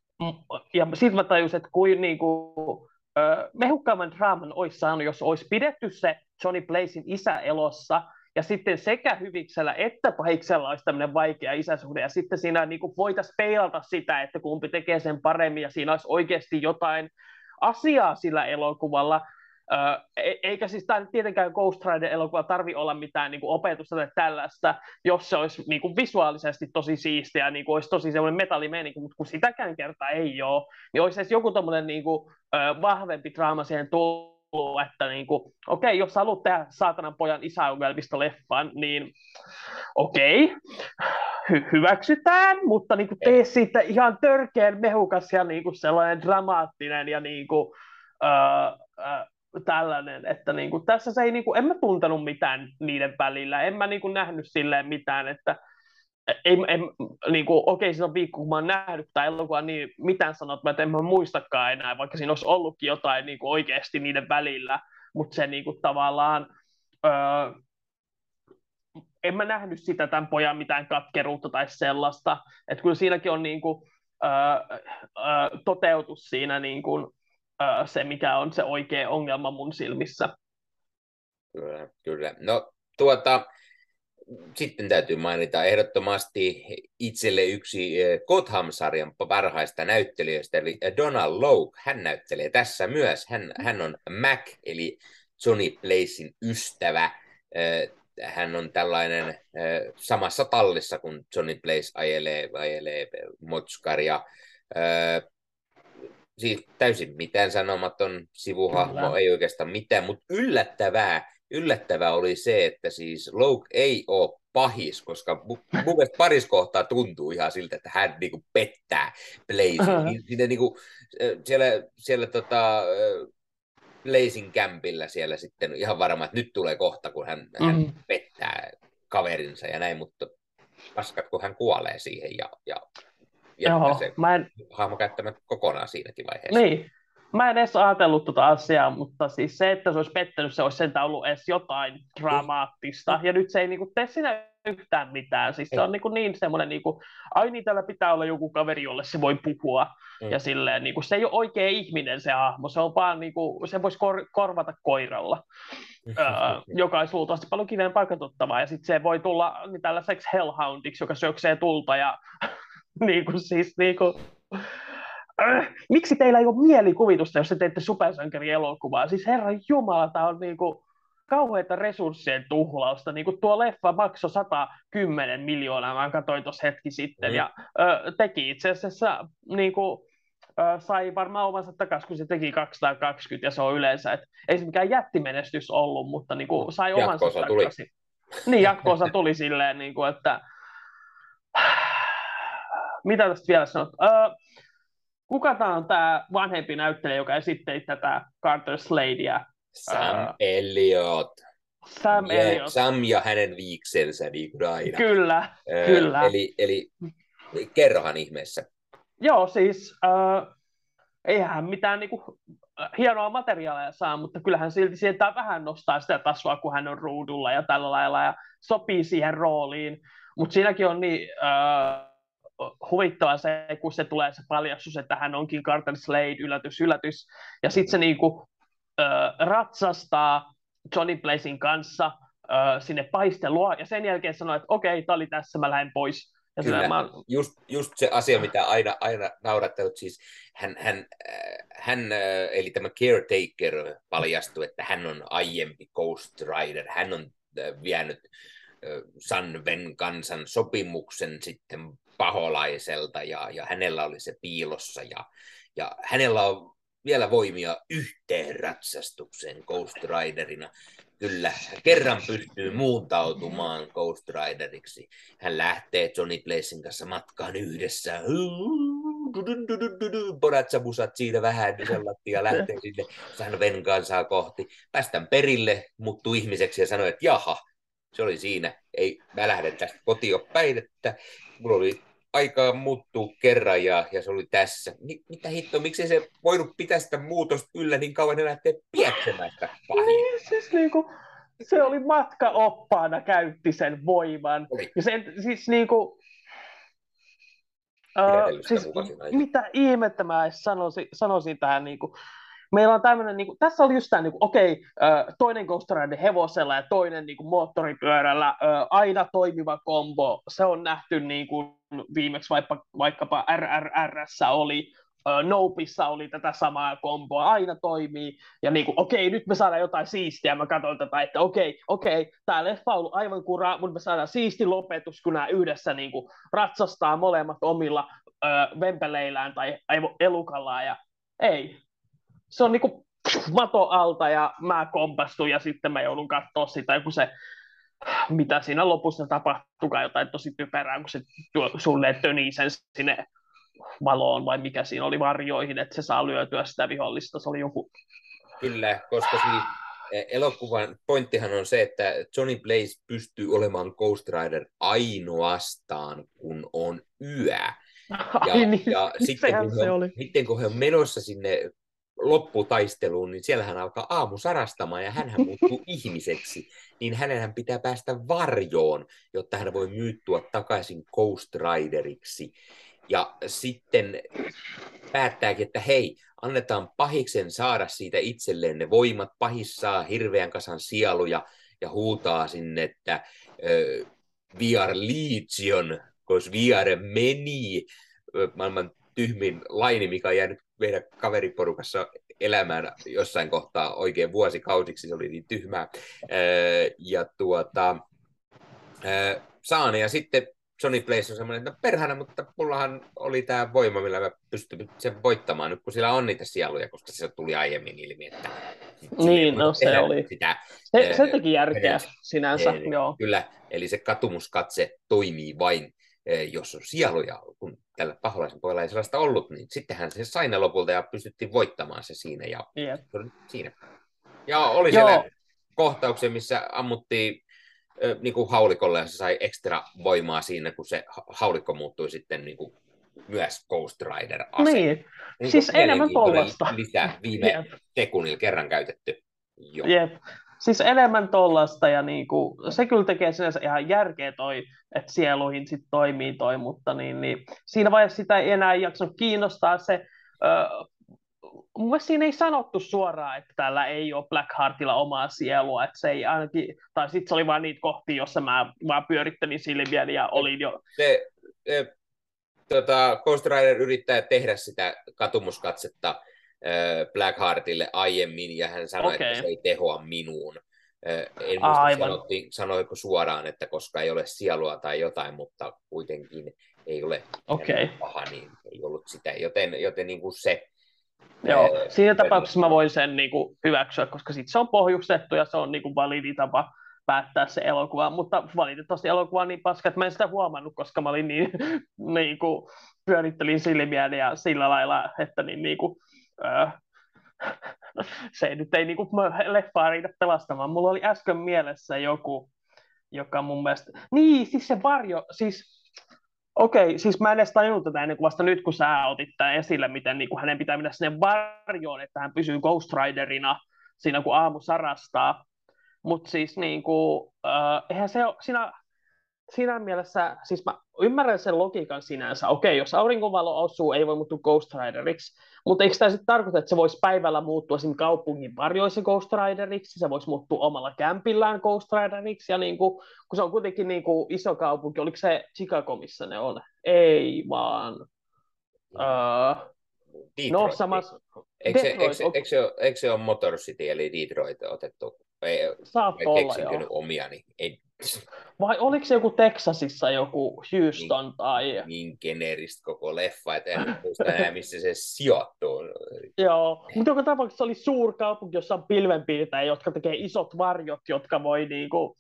ja sitten mä tajusin, että kuin, niin kuin äh, mehukkaamman draaman olisi saanut, jos olisi pidetty se Johnny Blazin isä elossa, ja sitten sekä Hyviksellä että Pahiksella olisi tämmöinen vaikea isäsuhde, ja sitten siinä niin kuin voitaisiin peilata sitä, että kumpi tekee sen paremmin, ja siinä olisi oikeasti jotain asiaa sillä elokuvalla. Uh, eikä siis tämä tietenkään Ghost Rider-elokuva tarvi olla mitään niin kuin opetusta tai tällaista, jos se olisi niin kuin visuaalisesti tosi siistiä, niin kuin olisi tosi semmoinen metallimeininki, mutta kun sitäkään kertaa ei ole, niin olisi edes joku tommoinen niin kuin, uh, vahvempi draama siihen tullut, että niin kuin, okei, okay, jos haluat tehdä saatanan pojan isäunelmista leffan, niin okei, okay. hy- hyväksytään, mutta niin kuin tee siitä ihan törkeän mehukas ja niin kuin sellainen dramaattinen ja niin kuin, ää, ää, tällainen, että niin kuin, tässä se ei, niin kuin, en mä tuntenut mitään niiden välillä, en mä niin kuin, nähnyt silleen mitään, että ei, en, niin kuin, okei, siinä on viikko, kun mä oon nähnyt tämä elokuva, niin mitään sanottua, että en mä muistakaan enää, vaikka siinä olisi ollutkin jotain niin kuin, oikeasti niiden välillä, mutta se niin kuin, tavallaan, öö, en mä nähnyt sitä tämän pojan mitään katkeruutta tai sellaista, että kyllä siinäkin on niin kuin, öö, öö, toteutus siinä niin kuin, öö, se, mikä on se oikea ongelma mun silmissä. Kyllä, kyllä. No tuota, sitten täytyy mainita ehdottomasti itselle yksi Gotham-sarjan parhaista näyttelijöistä, eli Donald Logue. Hän näyttelee tässä myös. Hän, hän on Mac, eli Johnny Blazein ystävä. Hän on tällainen samassa tallissa, kun Johnny Blaze ajelee, ajelee motskaria. Siis täysin mitään sanomaton sivuhahmo, Kyllä. ei oikeastaan mitään, mutta yllättävää, yllättävää oli se, että siis Logue ei ole pahis, koska mun mielestä parissa kohtaa tuntuu ihan siltä, että hän niinku pettää Blazin. Siinä niinku, siellä siellä tota, Blazin kämpillä siellä sitten ihan varma, että nyt tulee kohta, kun hän, mm-hmm. hän pettää kaverinsa ja näin, mutta paskat, kun hän kuolee siihen ja, ja jättää se mä en... hahmo käyttämättä kokonaan siinäkin vaiheessa. Niin. Mä en edes ajatellut tuota asiaa, mutta siis se, että se olisi pettänyt, se olisi sentään ollut edes jotain dramaattista. Ja nyt se ei niinku tee siinä yhtään mitään. Siis se on niinku niin semmoinen, niinku, ai niin, täällä pitää olla joku kaveri, jolle se voi puhua. Mm. Ja silleen, niinku, se ei ole oikea ihminen se hahmo, se on vaan, niinku, se voisi kor- korvata koiralla. öö, joka olisi luultavasti paljon kivempaa katsottavaa. Ja sitten se voi tulla niin tällaiseksi hellhoundiksi, joka syöksee tulta ja niinku, siis niinku... Äh, miksi teillä ei ole mielikuvitusta, jos te teette supersankarielokuvaa? Siis herran jumala, tämä on niinku kauheita resurssien tuhlausta. Niinku tuo leffa maksoi sata kymmenen miljoonaa, mä katsoin tuossa hetki sitten, mm. ja ö, teki itse asiassa, niinku, ö, sai varmaan omansa takaisin, kun se teki kaksisataakaksikymmentä, ja se on yleensä, että ei se mikään jättimenestys ollut, mutta niinku, sai omansa takaisin. Niin, jatko-osa tuli silleen, niinku, että mitä tästä vielä sanot? Ö, Kuka tämä on tämä vanhempi näyttelijä, joka esitteli tätä Carter Sladea? Sam uh, Elliot. Sam ja, Elliot. Sam ja hänen viiksensä, niin kuin aina. Kyllä, uh, kyllä. Eli, eli kerrohan ihmeessä. Joo, siis uh, eihän mitään niinku, hienoa materiaalia saa, mutta kyllähän silti sieltä vähän nostaa sitä tasoa, kun hän on ruudulla ja tällä lailla, ja sopii siihen rooliin. Mutta siinäkin on niin... Uh, huvittavaa se, kun se tulee se paljastus, että hän onkin Carter Slade, yllätys, yllätys. Ja sitten se niinku, äh, ratsastaa Johnny Blazein kanssa äh, sinne paistelua, ja sen jälkeen sanoo, että okei, tämä oli tässä, mä lähden pois. Ja Kyllä, mä... just, just se asia, mitä aina, aina naurattanut, siis hän, hän, hän, eli tämä caretaker paljastui, että hän on aiempi Ghost Rider, hän on vienyt Sanven kansan sopimuksen sitten paholaiselta, ja, ja hänellä oli se piilossa, ja, ja hänellä on vielä voimia yhteen ratsastukseen Ghost Riderina. Kyllä, kerran pystyy muuntautumaan Ghost Rideriksi. Hän lähtee Johnny Blazein kanssa matkaan yhdessä. Podatsabusat siitä vähän ja lähtee sinne Sanven kansaa kohti. Päästään perille, muuttuu ihmiseksi ja sanoo, että jaha, se oli siinä. Ei, mä lähden tästä kotiin päin, että mulla oli aikaa muuttuu kerran ja, ja se oli tässä. Ni, mitä hittoa, miksi se voinut pitää sitä muutosta yllä niin kauan, että lähtee pieksemään sitä pahin? Niin, siis niinku, se oli matkaoppaana, käytti sen voiman. Oli. Ja sen, siis niinku, uh, siis, mitä ihmettä mä edes sanoisin, sanoisin tähän niinku, meillä on tämmöinen, niin kuin, tässä oli just tämä, niin okei, okay, toinen Ghost Rider hevosella ja toinen niin kuin, moottoripyörällä, aina toimiva kombo. Se on nähty niin kuin, viimeksi vaikka, vaikkapa R R R:ssä oli, Nopeissa oli tätä samaa komboa, aina toimii. Ja niin kuin, okei, okay, nyt me saadaan jotain siistiä. Mä katsoin tätä, että okei, okay, okei, okay, tämä leffa on ollut aivan kuraa, mutta me saadaan siisti lopetus, kun nämä yhdessä niin kuin, ratsastaa molemmat omilla ö, vempeleillään tai elukallaan. Ja ei. Se on niinku mato alta ja mä kompastun ja sitten mä joudun katsoa sitä, kun se mitä siinä lopussa tapahtuukaan, jotain tosi typerää, kun se tuo, sulle tönii sen sinne valoon, vai mikä siinä oli varjoihin, että se saa lyötyä sitä vihollista. Se oli joku... Kyllä, koska siis eh, elokuvan pointtihan on se, että Johnny Blaze pystyy olemaan Ghost Rider ainoastaan, kun on yö. Ja, Ai niin, ja sitten, kun se he on, oli. sitten kun he on menossa sinne lopputaisteluun, niin siellä hän alkaa aamu sarastamaan ja hän muuttuu ihmiseksi, niin hänen pitää päästä varjoon, jotta hän voi myyttyä takaisin Ghost Rideriksi. Ja sitten päättääkin, että hei, annetaan pahiksen saada siitä itselleen ne voimat. Pahis saa hirveän kasan sieluja ja huutaa sinne, että uh, we are legion, because we are many. Maailman tyhmin laini, mikä on jäänyt meidän kaveriporukassa elämään jossain kohtaa oikein vuosikausiksi, se oli niin tyhmää. Uh, ja tuota, uh, saan, ja sitten Johnny Blaze on semmoinen, että perhana, mutta mullahan oli tämä voima, millä mä pystyn sen voittamaan nyt, kun sillä on niitä sieluja, koska se tuli aiemmin ilmi, että niin, no se oli. Sitä, se, se teki järkeä ää, sinänsä, eli, joo. Kyllä, eli se katumuskatse toimii vain, jos on sieluja, kun tällä paholaisen pojalla ei sellaista ollut, niin sittenhän se sai ne lopulta ja pystyttiin voittamaan se siinä, ja yep. siinä. Ja oli joo. Siellä kohtauksia, missä ammuttiin niin kuin haulikolle, ja se sai ekstra voimaa siinä, kun se haulikko muuttui sitten niin kuin myös Ghost Rider-ase. Niin, niin siis enemmän tollasta. Lisää viime yep. sekunnilla kerran käytetty. Joo. Jep. Siis enemmän tollasta, ja niinku, se kyllä tekee sinänsä ihan järkeä toi, että sieluihin sit toimii toi, mutta niin, niin, siinä vaiheessa sitä ei enää jaksanut kiinnostaa se. Öö, mun mielestä siinä ei sanottu suoraan, että täällä ei ole Blackheartilla omaa sielua, että se ei ainakin, tai sitten se oli vaan niitä kohtia, jossa mä vaan pyörittelin silmiäni ja olin jo... Se, se, tota, Ghost Rider yrittää tehdä sitä katumuskatsetta äh, Blackheartille aiemmin, ja hän sanoi, okay. että se ei tehoa minuun. Äh, en muista, sanotti, sanoiko suoraan, että koska ei ole sielua tai jotain, mutta kuitenkin ei ole okay. paha, niin ei ollut sitä, joten, joten niin kuin se... Joo, siinä tapauksessa mä voin sen niin kuin hyväksyä, koska sitten se on pohjustettu ja se on niin kuin validi tapa päättää se elokuva, mutta valitettavasti elokuva on niin paska, että mä en sitä huomannut, koska mä olin niin, niin kuin, pyörittelin silmiäni ja sillä lailla, että niin, niin kuin, öö, se nyt ei niin kuin, leffaa riitä pelastamaan. Mulla oli äsken mielessä joku, joka mun mielestä, niin siis se varjo, siis okei, siis mä en edes tajunnut tätä ennen kuin vasta nyt, kun sä otit tämän esille, miten niin kuin hänen pitää mennä sinne varjoon, että hän pysyy Ghost Riderina siinä, kun aamu sarastaa. Mutta siis niin kuin, äh, eihän se ole, siinä, siinä mielessä, siis mä ymmärrän sen logiikan sinänsä. Okei, jos aurinkovalo osuu, ei voi muuttua Ghost Rideriksi, mutta eikö tämä sitten tarkoita, että se voisi päivällä muuttua siinä kaupungin varjoissa Ghost Rideriksi, se voisi muuttua omalla kämpillään Ghost Rideriksi, ja niin kuin, kun se on kuitenkin niin kuin iso kaupunki, oliko se Chicago, missä ne on? Ei vaan. Uh, no samassa... Eikö se, eikö, eikö, se ole, eikö se ole Motor City, eli Detroit otettu? Ei, Saatto olla, joo. Omia, niin ei... Vai oliko se joku Texasissa, joku Houston niin, tai... Niin generistä koko leffa, että en muista enää, missä se sijoittuu. Joo, mutta joka tapauksessa oli suurkaupunki, jossa on pilvenpiirtäjä, jotka tekee isot varjot, jotka voi niinku...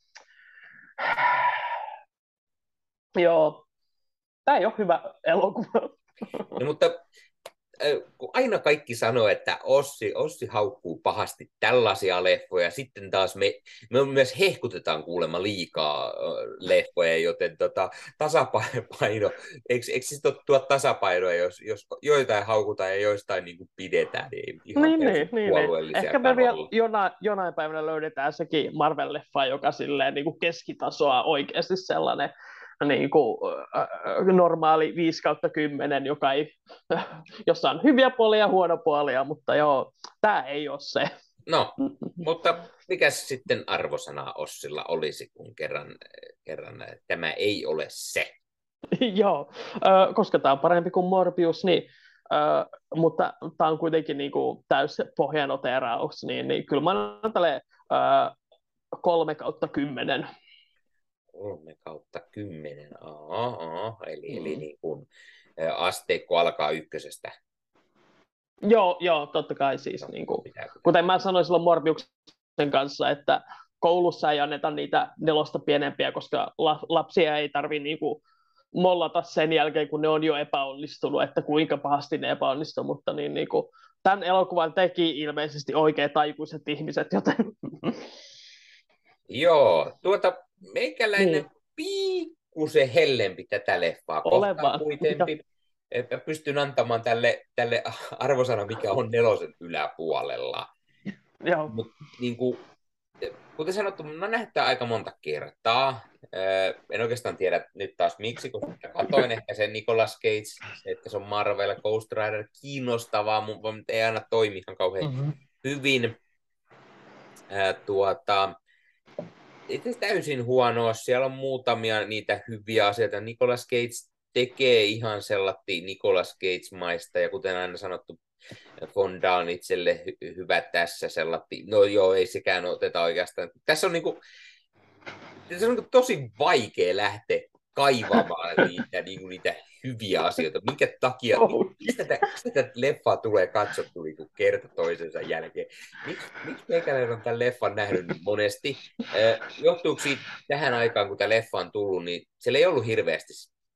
Joo, tämä ei ole hyvä elokuva. No, mutta kun aina kaikki sanoo, että Ossi, Ossi haukkuu pahasti tällaisia leffoja, sitten taas me, me myös hehkutetaan kuulemma liikaa leffoja, joten tota, tasapaino, eikö, eikö siis tuo tasapainoa, jos, jos joitain haukutaan ja joistain niin kuin pidetään, niin ihan niin, niin, niin. Ehkä me vielä olla. jonain, jonain päivänä löydetään sekin Marvel-leffa, joka silleen niin kuin keskitasoa oikeasti sellainen, niin kuin, äh, normaali viisi kautta kymmenen, joka ei, jossa on hyviä puolia ja huono puolia, mutta joo, tämä ei ole se. No, mutta mikä sitten arvosana Ossilla olisi, kun kerran, kerran tämä ei ole se? Joo, äh, koska tämä on parempi kuin Morbius, niin, äh, mutta tämä on kuitenkin niin kuin täys pohjanoteraus, niin, niin kyllä mä annan tälle äh, kolme kautta kymmenen. Kolme kautta kymmenen, aa, aa. Eli, mm. eli niin kuin asteikko alkaa ykkösestä. Joo, joo, totta kai siis. No, niin kuin, kuten mä sanoin silloin Morbiuksen kanssa, että koulussa ei anneta niitä nelosta pienempiä, koska la, lapsia ei tarvitse niinku mollata sen jälkeen, kun ne on jo epäonnistunut, että kuinka pahasti ne epäonnistuu, mutta niin, niinku, tämän elokuvan teki ilmeisesti oikeat aikuiset ihmiset, joten... Joo, tuota, meikäläinen niin. pikkusen hellempi tätä leffaa Ole kohtaan vaan. kuitenkin. Mä pystyn antamaan tälle, tälle arvosana, mikä on nelosen yläpuolella. Joo. Mut, niin kuin, kuten sanottu, mä oon nähnyt aika monta kertaa. En oikeastaan tiedä nyt taas miksi, koska katsoin ehkä sen Nicolas Cage, se, että se on Marvel, Ghost Rider, kiinnostavaa, mutta ei aina toimi ihan kauhean mm-hmm. hyvin. Ää, tuota, ei täysin huonoa, siellä on muutamia niitä hyviä asioita. Nicolas Cage tekee ihan sellaista Nicolas Cage-maista, ja kuten aina sanottu, Fonda on itselle hy- hyvä tässä sellaista. No joo, ei sekään oteta oikeastaan. Tässä on, niinku, tässä on niinku tosi vaikea lähteä kaivamaan niitä, niinku, niitä hyviä asioita. Minkä takia, oh. mistä tätä, tätä leffaa tulee katsottu niinku kerta toisensa jälkeen? Miks, miksi meikäläinen on tämän leffan nähnyt niin monesti? Eh, johtuuko siitä tähän aikaan, kun tämä leffa on tullut, niin siellä ei ollut hirveästi.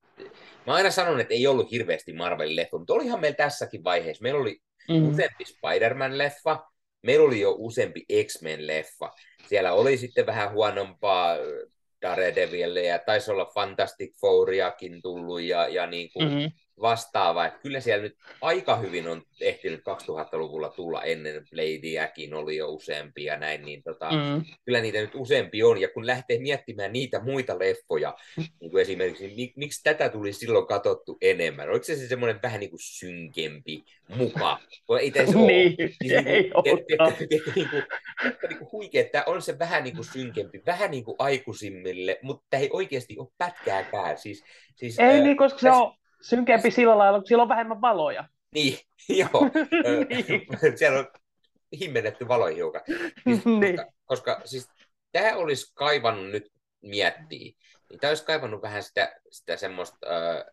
Mä aina sanon, että ei ollut hirveästi Marvelin leffa, mutta olihan meillä tässäkin vaiheessa. Meillä oli mm. useampi Spider-Man-leffa, meillä oli jo useampi X-Men-leffa. Siellä oli sitten vähän huonompaa Daredevilia ja taisi olla Fantastic Fouriakin tullut ja, ja niin kuin mm-hmm. vastaavaa. Että kyllä siellä nyt aika hyvin on ehtinyt kaksituhattaluvulla tulla ennen Bladeäkin oli jo useampi ja näin, niin tota, mm-hmm. kyllä niitä nyt useampi on. Ja kun lähtee miettimään niitä muita leffoja, niin kuin esimerkiksi, niin mik, miksi tätä tuli silloin katsottu enemmän? Oliko se semmoinen vähän niin kuin synkempi muka? Ei tässä ole. Niin, siis ei niin ole. Niin kuin, niin kuin huikea, että on se vähän niin kuin synkempi, vähän niin kuin aikuisimmille, mutta tämä ei oikeasti ole pätkääkään. Siis, siis, ei äh, niin, koska se on synkempi sillä lailla, kun sillä on vähemmän valoja. Niin, joo. niin. Siellä on himmennetty valoja hiukan. Siis, niin. koska, koska siis tämä olisi kaivannut nyt miettiä, niin tämä olisi kaivannut vähän sitä, sitä semmoista äh,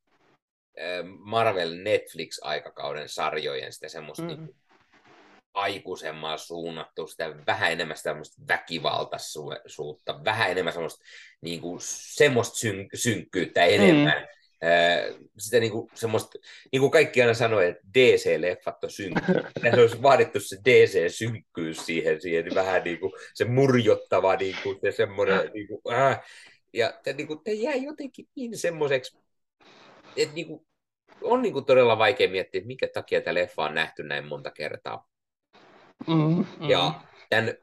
Marvel Netflix-aikakauden sarjojen, sitä semmoista mm. niin, aikuisemmaa suunnattua, sitä vähän enemmän semmoista väkivaltaisuutta, vähän enemmän semmoista, niin kuin, semmoista syn- synkkyyttä enemmän. Mm. Sitä niinku semmoista, niin kuin kaikki aina sanoo, että D C-leffat on synkkyys. Tässä olisi vaadittu se D C-synkkyys siihen, siihen vähän niin kuin se murjottava, niin kuin se semmoinen, niin kuin, äh. ja tämä niin jää jotenkin niin semmoiseksi, että niin kuin, on niin kuin todella vaikea miettiä, että minkä takia tämä leffa on nähty näin monta kertaa. Mm, mm. Ja tämän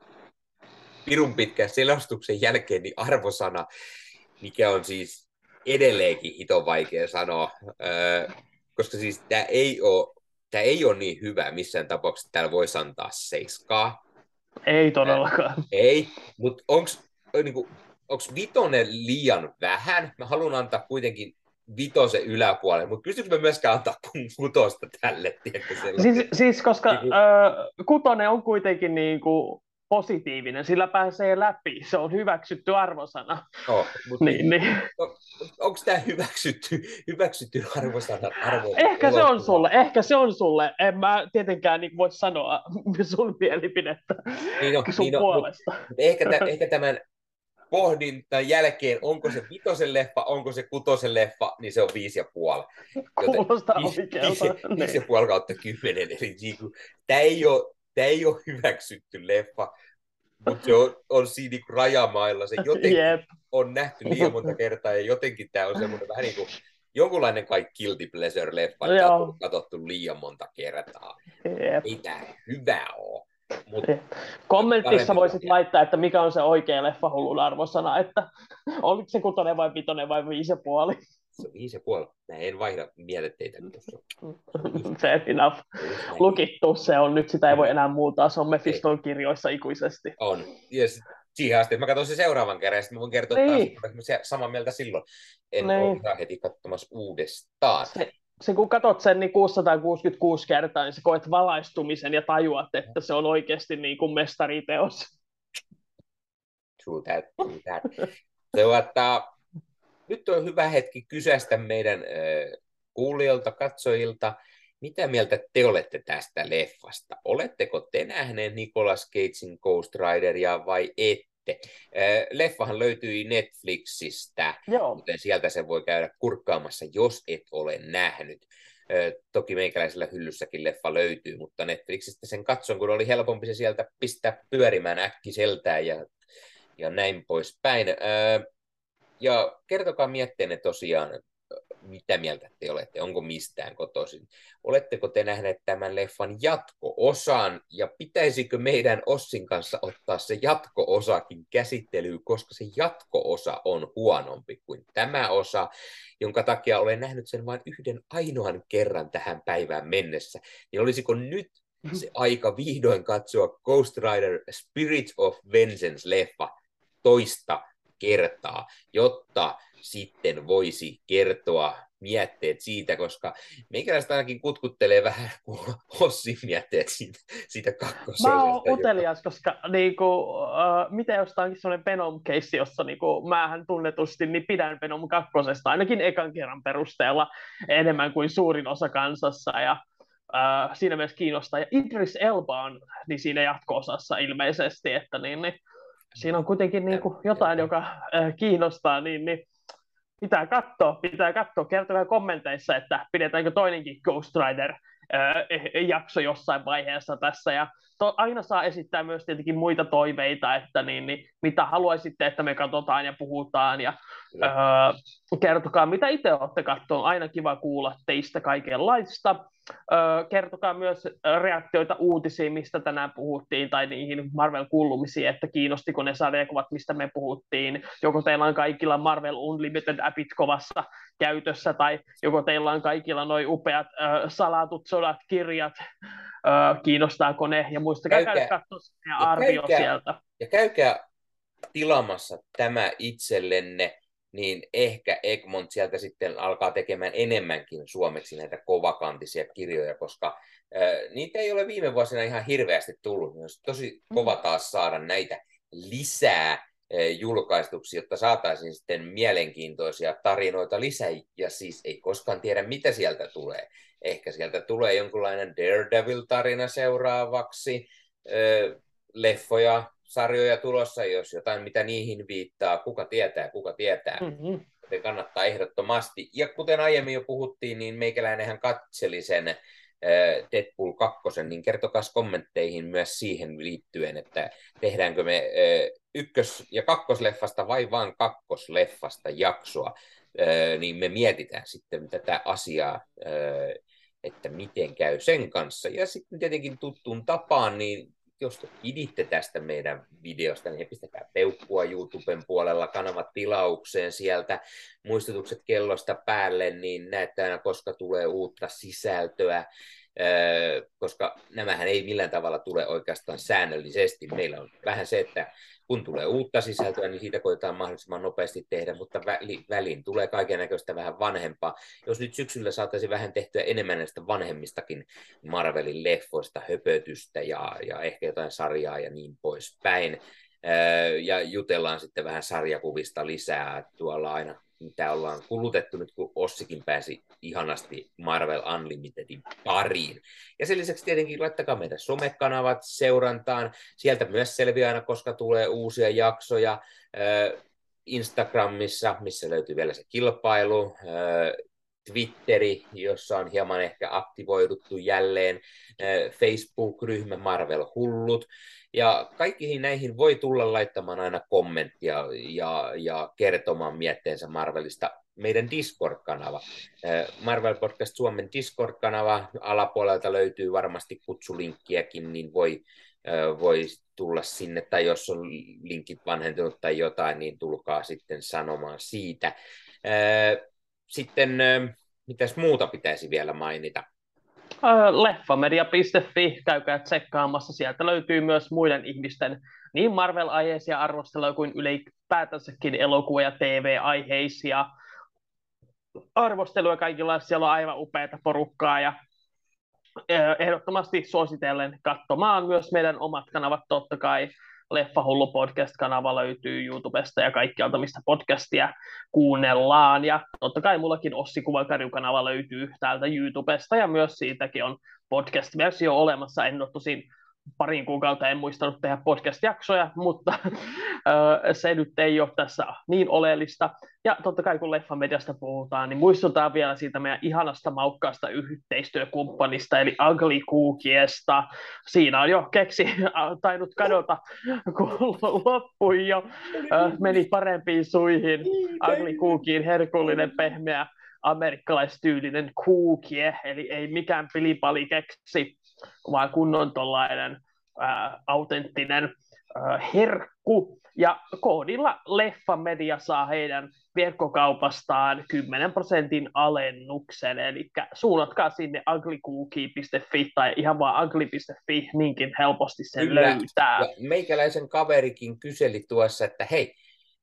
pirun pitkän selostuksen jälkeen niin arvosana, mikä on siis edelleenkin hito vaikea sanoa, öö, koska siis tämä ei ole, tämä ei ole niin hyvä missään tapauksessa, että täällä voisi antaa seiskaa. Ei todellakaan. Ää, ei, mutta onko niinku, vitonen liian vähän? Mä haluan antaa kuitenkin vitosen yläpuolelle, mutta pystyykö me myöskään antaa kutosta tälle? Siis, siis koska niin kuin... ö, kutonen on kuitenkin niin kuin positiivinen, sillä pääsee läpi, se on hyväksytty arvosana. No, mutta niin, niin. On, onko tämä hyväksytty, hyväksytty arvosana? arvosana ehkä se on sulle, ehkä se on sulle. En mä tietenkään niin voi sanoa sun mielipidettä niin no, sun niin puolesta. No, mutta ehkä, t- ehkä tämän pohdintan jälkeen, onko se vitosen leffa, onko se kutosen leffa, niin se on viisi ja puoli. Kuulostaa oikealta. Viisi ja puoli kautta kymmenen. Eli niin kuin, tämä ei ole Tämä ei ole hyväksytty leffa, mutta se on, on siinä niin rajamailla. Se jotenkin yep. on nähty liian monta kertaa ja jotenkin tämä on semmoinen vähän niin kuin jonkunlainen kai guilty pleasure-leffa, että on katsottu liian monta kertaa. Yep. Ei tämä hyvä ole. Mut kommentissa voisit laittaa, että mikä on se oikea leffahullun arvosana, että oliko se kutonen vai vitonen vai viisi ja puoli. Se on viisi ja puoli. Mä en vaihda mieletteitä. Fair enough. Lukittu se on nyt, sitä ei voi enää muuttaa, se on Mephiston kirjoissa ikuisesti. On. Ja siihen asti, että mä katson sen seuraavan kerran, ja sitten mä voin kertoa niin. taas, että mä samaa mieltä silloin. En niin. ole ihan heti katsomassa uudestaan. Se, se kun katsot sen niin kuusisataakuusikymmentäkuusi kertaa, niin sä koet valaistumisen ja tajuat, että se on oikeasti niin kuin mestariteos. True that, true that. Tuota, nyt on hyvä hetki kysästä meidän äh, kuulijoilta, katsojilta, mitä mieltä te olette tästä leffasta? Oletteko te nähneet Nicolas Cagein Ghost Rideria vai ette? Leffahan löytyi Netflixistä, Joo. joten sieltä se voi käydä kurkkaamassa, jos et ole nähnyt. Toki meikäläisellä hyllyssäkin leffa löytyy, mutta Netflixistä sen katson, kun oli helpompi se sieltä pistää pyörimään äkkiseltään ja, ja näin poispäin. Ja kertokaa mietteenne tosiaan, mitä mieltä te olette, onko mistään kotoisin. Oletteko te nähneet tämän leffan jatko-osan, ja pitäisikö meidän Ossin kanssa ottaa se jatko-osakin käsittelyyn, koska se jatko-osa on huonompi kuin tämä osa, jonka takia olen nähnyt sen vain yhden ainoan kerran tähän päivään mennessä. Niin olisiko nyt se aika vihdoin katsoa Ghost Rider Spirit of Vengeance-leffa toista kertaa, jotta sitten voisi kertoa mietteet siitä, koska meikäläistä ainakin kutkuttelee vähän kuin Ossin mietteet siitä, siitä kakkososasta. Mä oon utelias, koska niinku, äh, mitä jos tämä onkin sellainen Venom-keissi, jossa niinku, mähän tunnetusti niin pidän Venom kakkosesta, ainakin ekan kerran perusteella enemmän kuin suurin osa kansassa, ja äh, siinä myös kiinnostaa. Ja Idris Elba on niin siinä jatko-osassa ilmeisesti, että niin, niin, siinä on kuitenkin niinku, jotain, joka äh, kiinnostaa, niin, niin pitää katsoa, pitää katsoa. Kertokaa kommenteissa, että pidetäänkö toinenkin Ghost Rider jakso jossain vaiheessa tässä, ja to, aina saa esittää myös tietenkin muita toiveita, että niin, niin, mitä haluaisitte, että me katsotaan ja puhutaan, ja öö, kertokaa, mitä itse olette katsoneet, aina kiva kuulla teistä kaikenlaista. Öö, kertokaa myös reaktioita uutisiin, mistä tänään puhuttiin, tai niihin Marvel-kuulumisiin, että kiinnostiko ne sarjakuvat, mistä me puhuttiin, joko teillä on kaikilla Marvel Unlimited-appit kovassa käytössä, tai joko teillä on kaikilla nuo upeat ö, salatut sodat, kirjat, ö, kiinnostaako ne, ja muistakaa käykää, käydä katsoa ja arvio käykää, sieltä. Ja käykää tilaamassa tämä itsellenne, niin ehkä Egmont sieltä sitten alkaa tekemään enemmänkin suomeksi näitä kovakantisia kirjoja, koska äh, niitä ei ole viime vuosina ihan hirveästi tullut. Olisi tosi kova taas saada näitä lisää äh, julkaistuksi, jotta saataisiin sitten mielenkiintoisia tarinoita lisää, ja siis ei koskaan tiedä, mitä sieltä tulee. Ehkä sieltä tulee jonkunlainen Daredevil-tarina seuraavaksi, äh, leffoja, sarjoja tulossa, jos jotain, mitä niihin viittaa, kuka tietää, kuka tietää. Mm-hmm. Joten kannattaa ehdottomasti. Ja kuten aiemmin jo puhuttiin, niin meikäläinenhän katseli sen äh, Deadpool kaksi, niin kertokaa kommentteihin myös siihen liittyen, että tehdäänkö me äh, ykkös- ja kakkosleffasta vai vain kakkosleffasta jaksoa, äh, niin me mietitään sitten tätä asiaa, äh, että miten käy sen kanssa. Ja sitten tietenkin tuttuun tapaan, niin jos piditte tästä meidän videosta, niin pistäkää peukkua YouTuben puolella, kanavat tilaukseen sieltä, muistutukset kellosta päälle, niin näette aina, koska tulee uutta sisältöä, koska nämähän ei millään tavalla tule oikeastaan säännöllisesti. Meillä on vähän se, että kun tulee uutta sisältöä, niin siitä koetaan mahdollisimman nopeasti tehdä, mutta väliin tulee kaikennäköistä vähän vanhempaa. Jos nyt syksyllä saataisiin vähän tehtyä enemmän näistä vanhemmistakin Marvelin leffoista, höpötystä ja, ja ehkä jotain sarjaa ja niin poispäin. Ja jutellaan sitten vähän sarjakuvista lisää tuolla aina, mitä ollaan kulutettu nyt, kun Ossikin pääsi ihanasti Marvel Unlimitedin pariin. Ja sen lisäksi tietenkin laittakaa meidän somekanavat seurantaan. Sieltä myös selviää aina, koska tulee uusia jaksoja. Instagramissa, missä löytyy vielä se kilpailu. Twitteri, jossa on hieman ehkä aktivoiduttu jälleen. Facebook-ryhmä Marvel Hullut. Ja kaikkiin näihin voi tulla laittamaan aina kommenttia ja, ja kertomaan mietteensä Marvelista. Meidän Discord-kanava, Marvel Podcast Suomen Discord-kanava, alapuolelta löytyy varmasti kutsulinkkiäkin, niin voi, voi tulla sinne, tai jos on linkit vanhentunut tai jotain, niin tulkaa sitten sanomaan siitä. Sitten mitäs muuta pitäisi vielä mainita? leffamedia piste fi, käykää tsekkaamassa. Sieltä löytyy myös muiden ihmisten niin Marvel-aiheisia arvosteluja kuin ylipäätänsäkin elokuva- ja T V-aiheisia arvosteluja kaikilla. Siellä on aivan upeata porukkaa, ja ehdottomasti suositellen katsomaan myös meidän omat kanavat, totta kai. Leffahullu podcast-kanava löytyy YouTubesta ja kaikkialta, mistä podcastia kuunnellaan. Ja totta kai mullakin Ossi Kuvakarju-kanava löytyy täältä YouTubesta, ja myös siitäkin on podcast-versio olemassa. En ole tosin parin kuukautta en muistanut tehdä podcast-jaksoja, mutta se nyt ei ole tässä niin oleellista. Ja totta kai kun Leffamediasta puhutaan, niin muistutaan vielä siitä meidän ihanasta maukkaasta yhteistyökumppanista, eli Ugly Cookiestä. Siinä on jo keksi tainnut kadota, kun loppui jo, meni parempiin suihin. Ugly Cookien herkullinen, pehmeä, amerikkalaistyylinen cookie, eli ei mikään pilipali keksi, vaan kunnon tollainen ää, autenttinen ää, herkku. Ja koodilla Leffamedia saa heidän verkkokaupastaan kymmenen prosentin alennuksen, eli suunnatkaa sinne uglycookie piste fi tai ihan vaan ugly piste fi, niinkin helposti sen Kyllä. löytää. Ja meikäläisen kaverikin kyseli tuossa, että hei,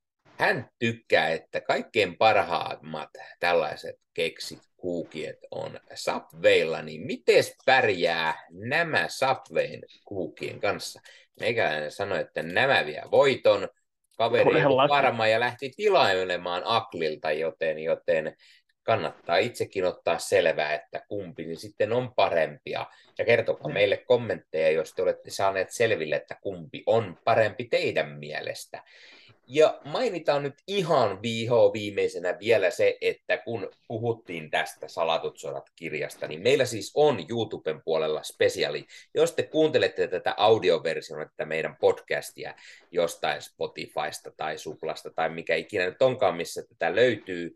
hän tykkää, että kaikkein parhaimmat tällaiset keksit, kuukiet on Subwaylla, niin miten pärjää nämä Subwayn kuukien kanssa? Meikäläinen sanoi, että nämä vie voiton. Kaveri ei ollut varma ja lähti tilailemaan Aglilta, joten, joten kannattaa itsekin ottaa selvää, että kumpi niin sitten on parempia. Ja kertokaa meille kommentteja, jos te olette saaneet selville, että kumpi on parempi teidän mielestä. Ja mainitaan nyt ihan viho viimeisenä vielä se, että kun puhuttiin tästä Salatut sodat-kirjasta, niin meillä siis on YouTuben puolella spesiaali. Jos te kuuntelette tätä audioversiota, tätä meidän podcastia jostain Spotifysta tai Suplasta tai mikä ikinä nyt onkaan, missä tätä löytyy,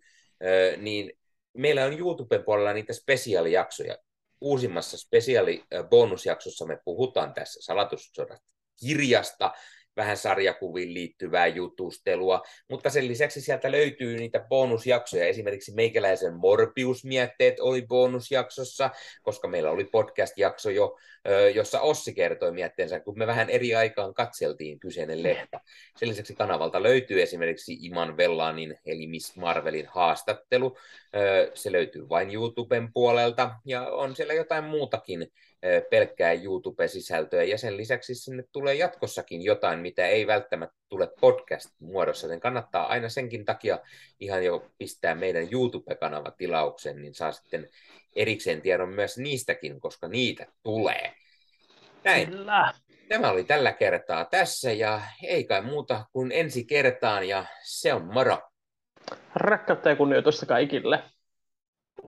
niin meillä on YouTuben puolella niitä spesiaalijaksoja. Uusimmassa spesiaali-bonusjaksossa me puhutaan tässä Salatut sodat-kirjasta, vähän sarjakuviin liittyvää jutustelua, mutta sen lisäksi sieltä löytyy niitä bonusjaksoja. Esimerkiksi meikäläisen Morbius-mietteet oli bonusjaksossa, koska meillä oli podcast-jakso jo, jossa Ossi kertoi mietteensä, kun me vähän eri aikaan katseltiin kyseinen leffa. Sen lisäksi kanavalta löytyy esimerkiksi Iman Vellanin eli Miss Marvelin haastattelu. Se löytyy vain YouTuben puolelta ja on siellä jotain muutakin pelkkää YouTube-sisältöä, ja sen lisäksi sinne tulee jatkossakin jotain, mitä ei välttämättä tule podcast-muodossa, joten kannattaa aina senkin takia ihan jo pistää meidän YouTube-kanava tilauksen, niin saa sitten erikseen tiedon myös niistäkin, koska niitä tulee. Näin. Kyllä. Tämä oli tällä kertaa tässä, ja ei kai muuta kuin ensi kertaan, ja se on moro. Rakkautta ja kunnioitusta kaikille.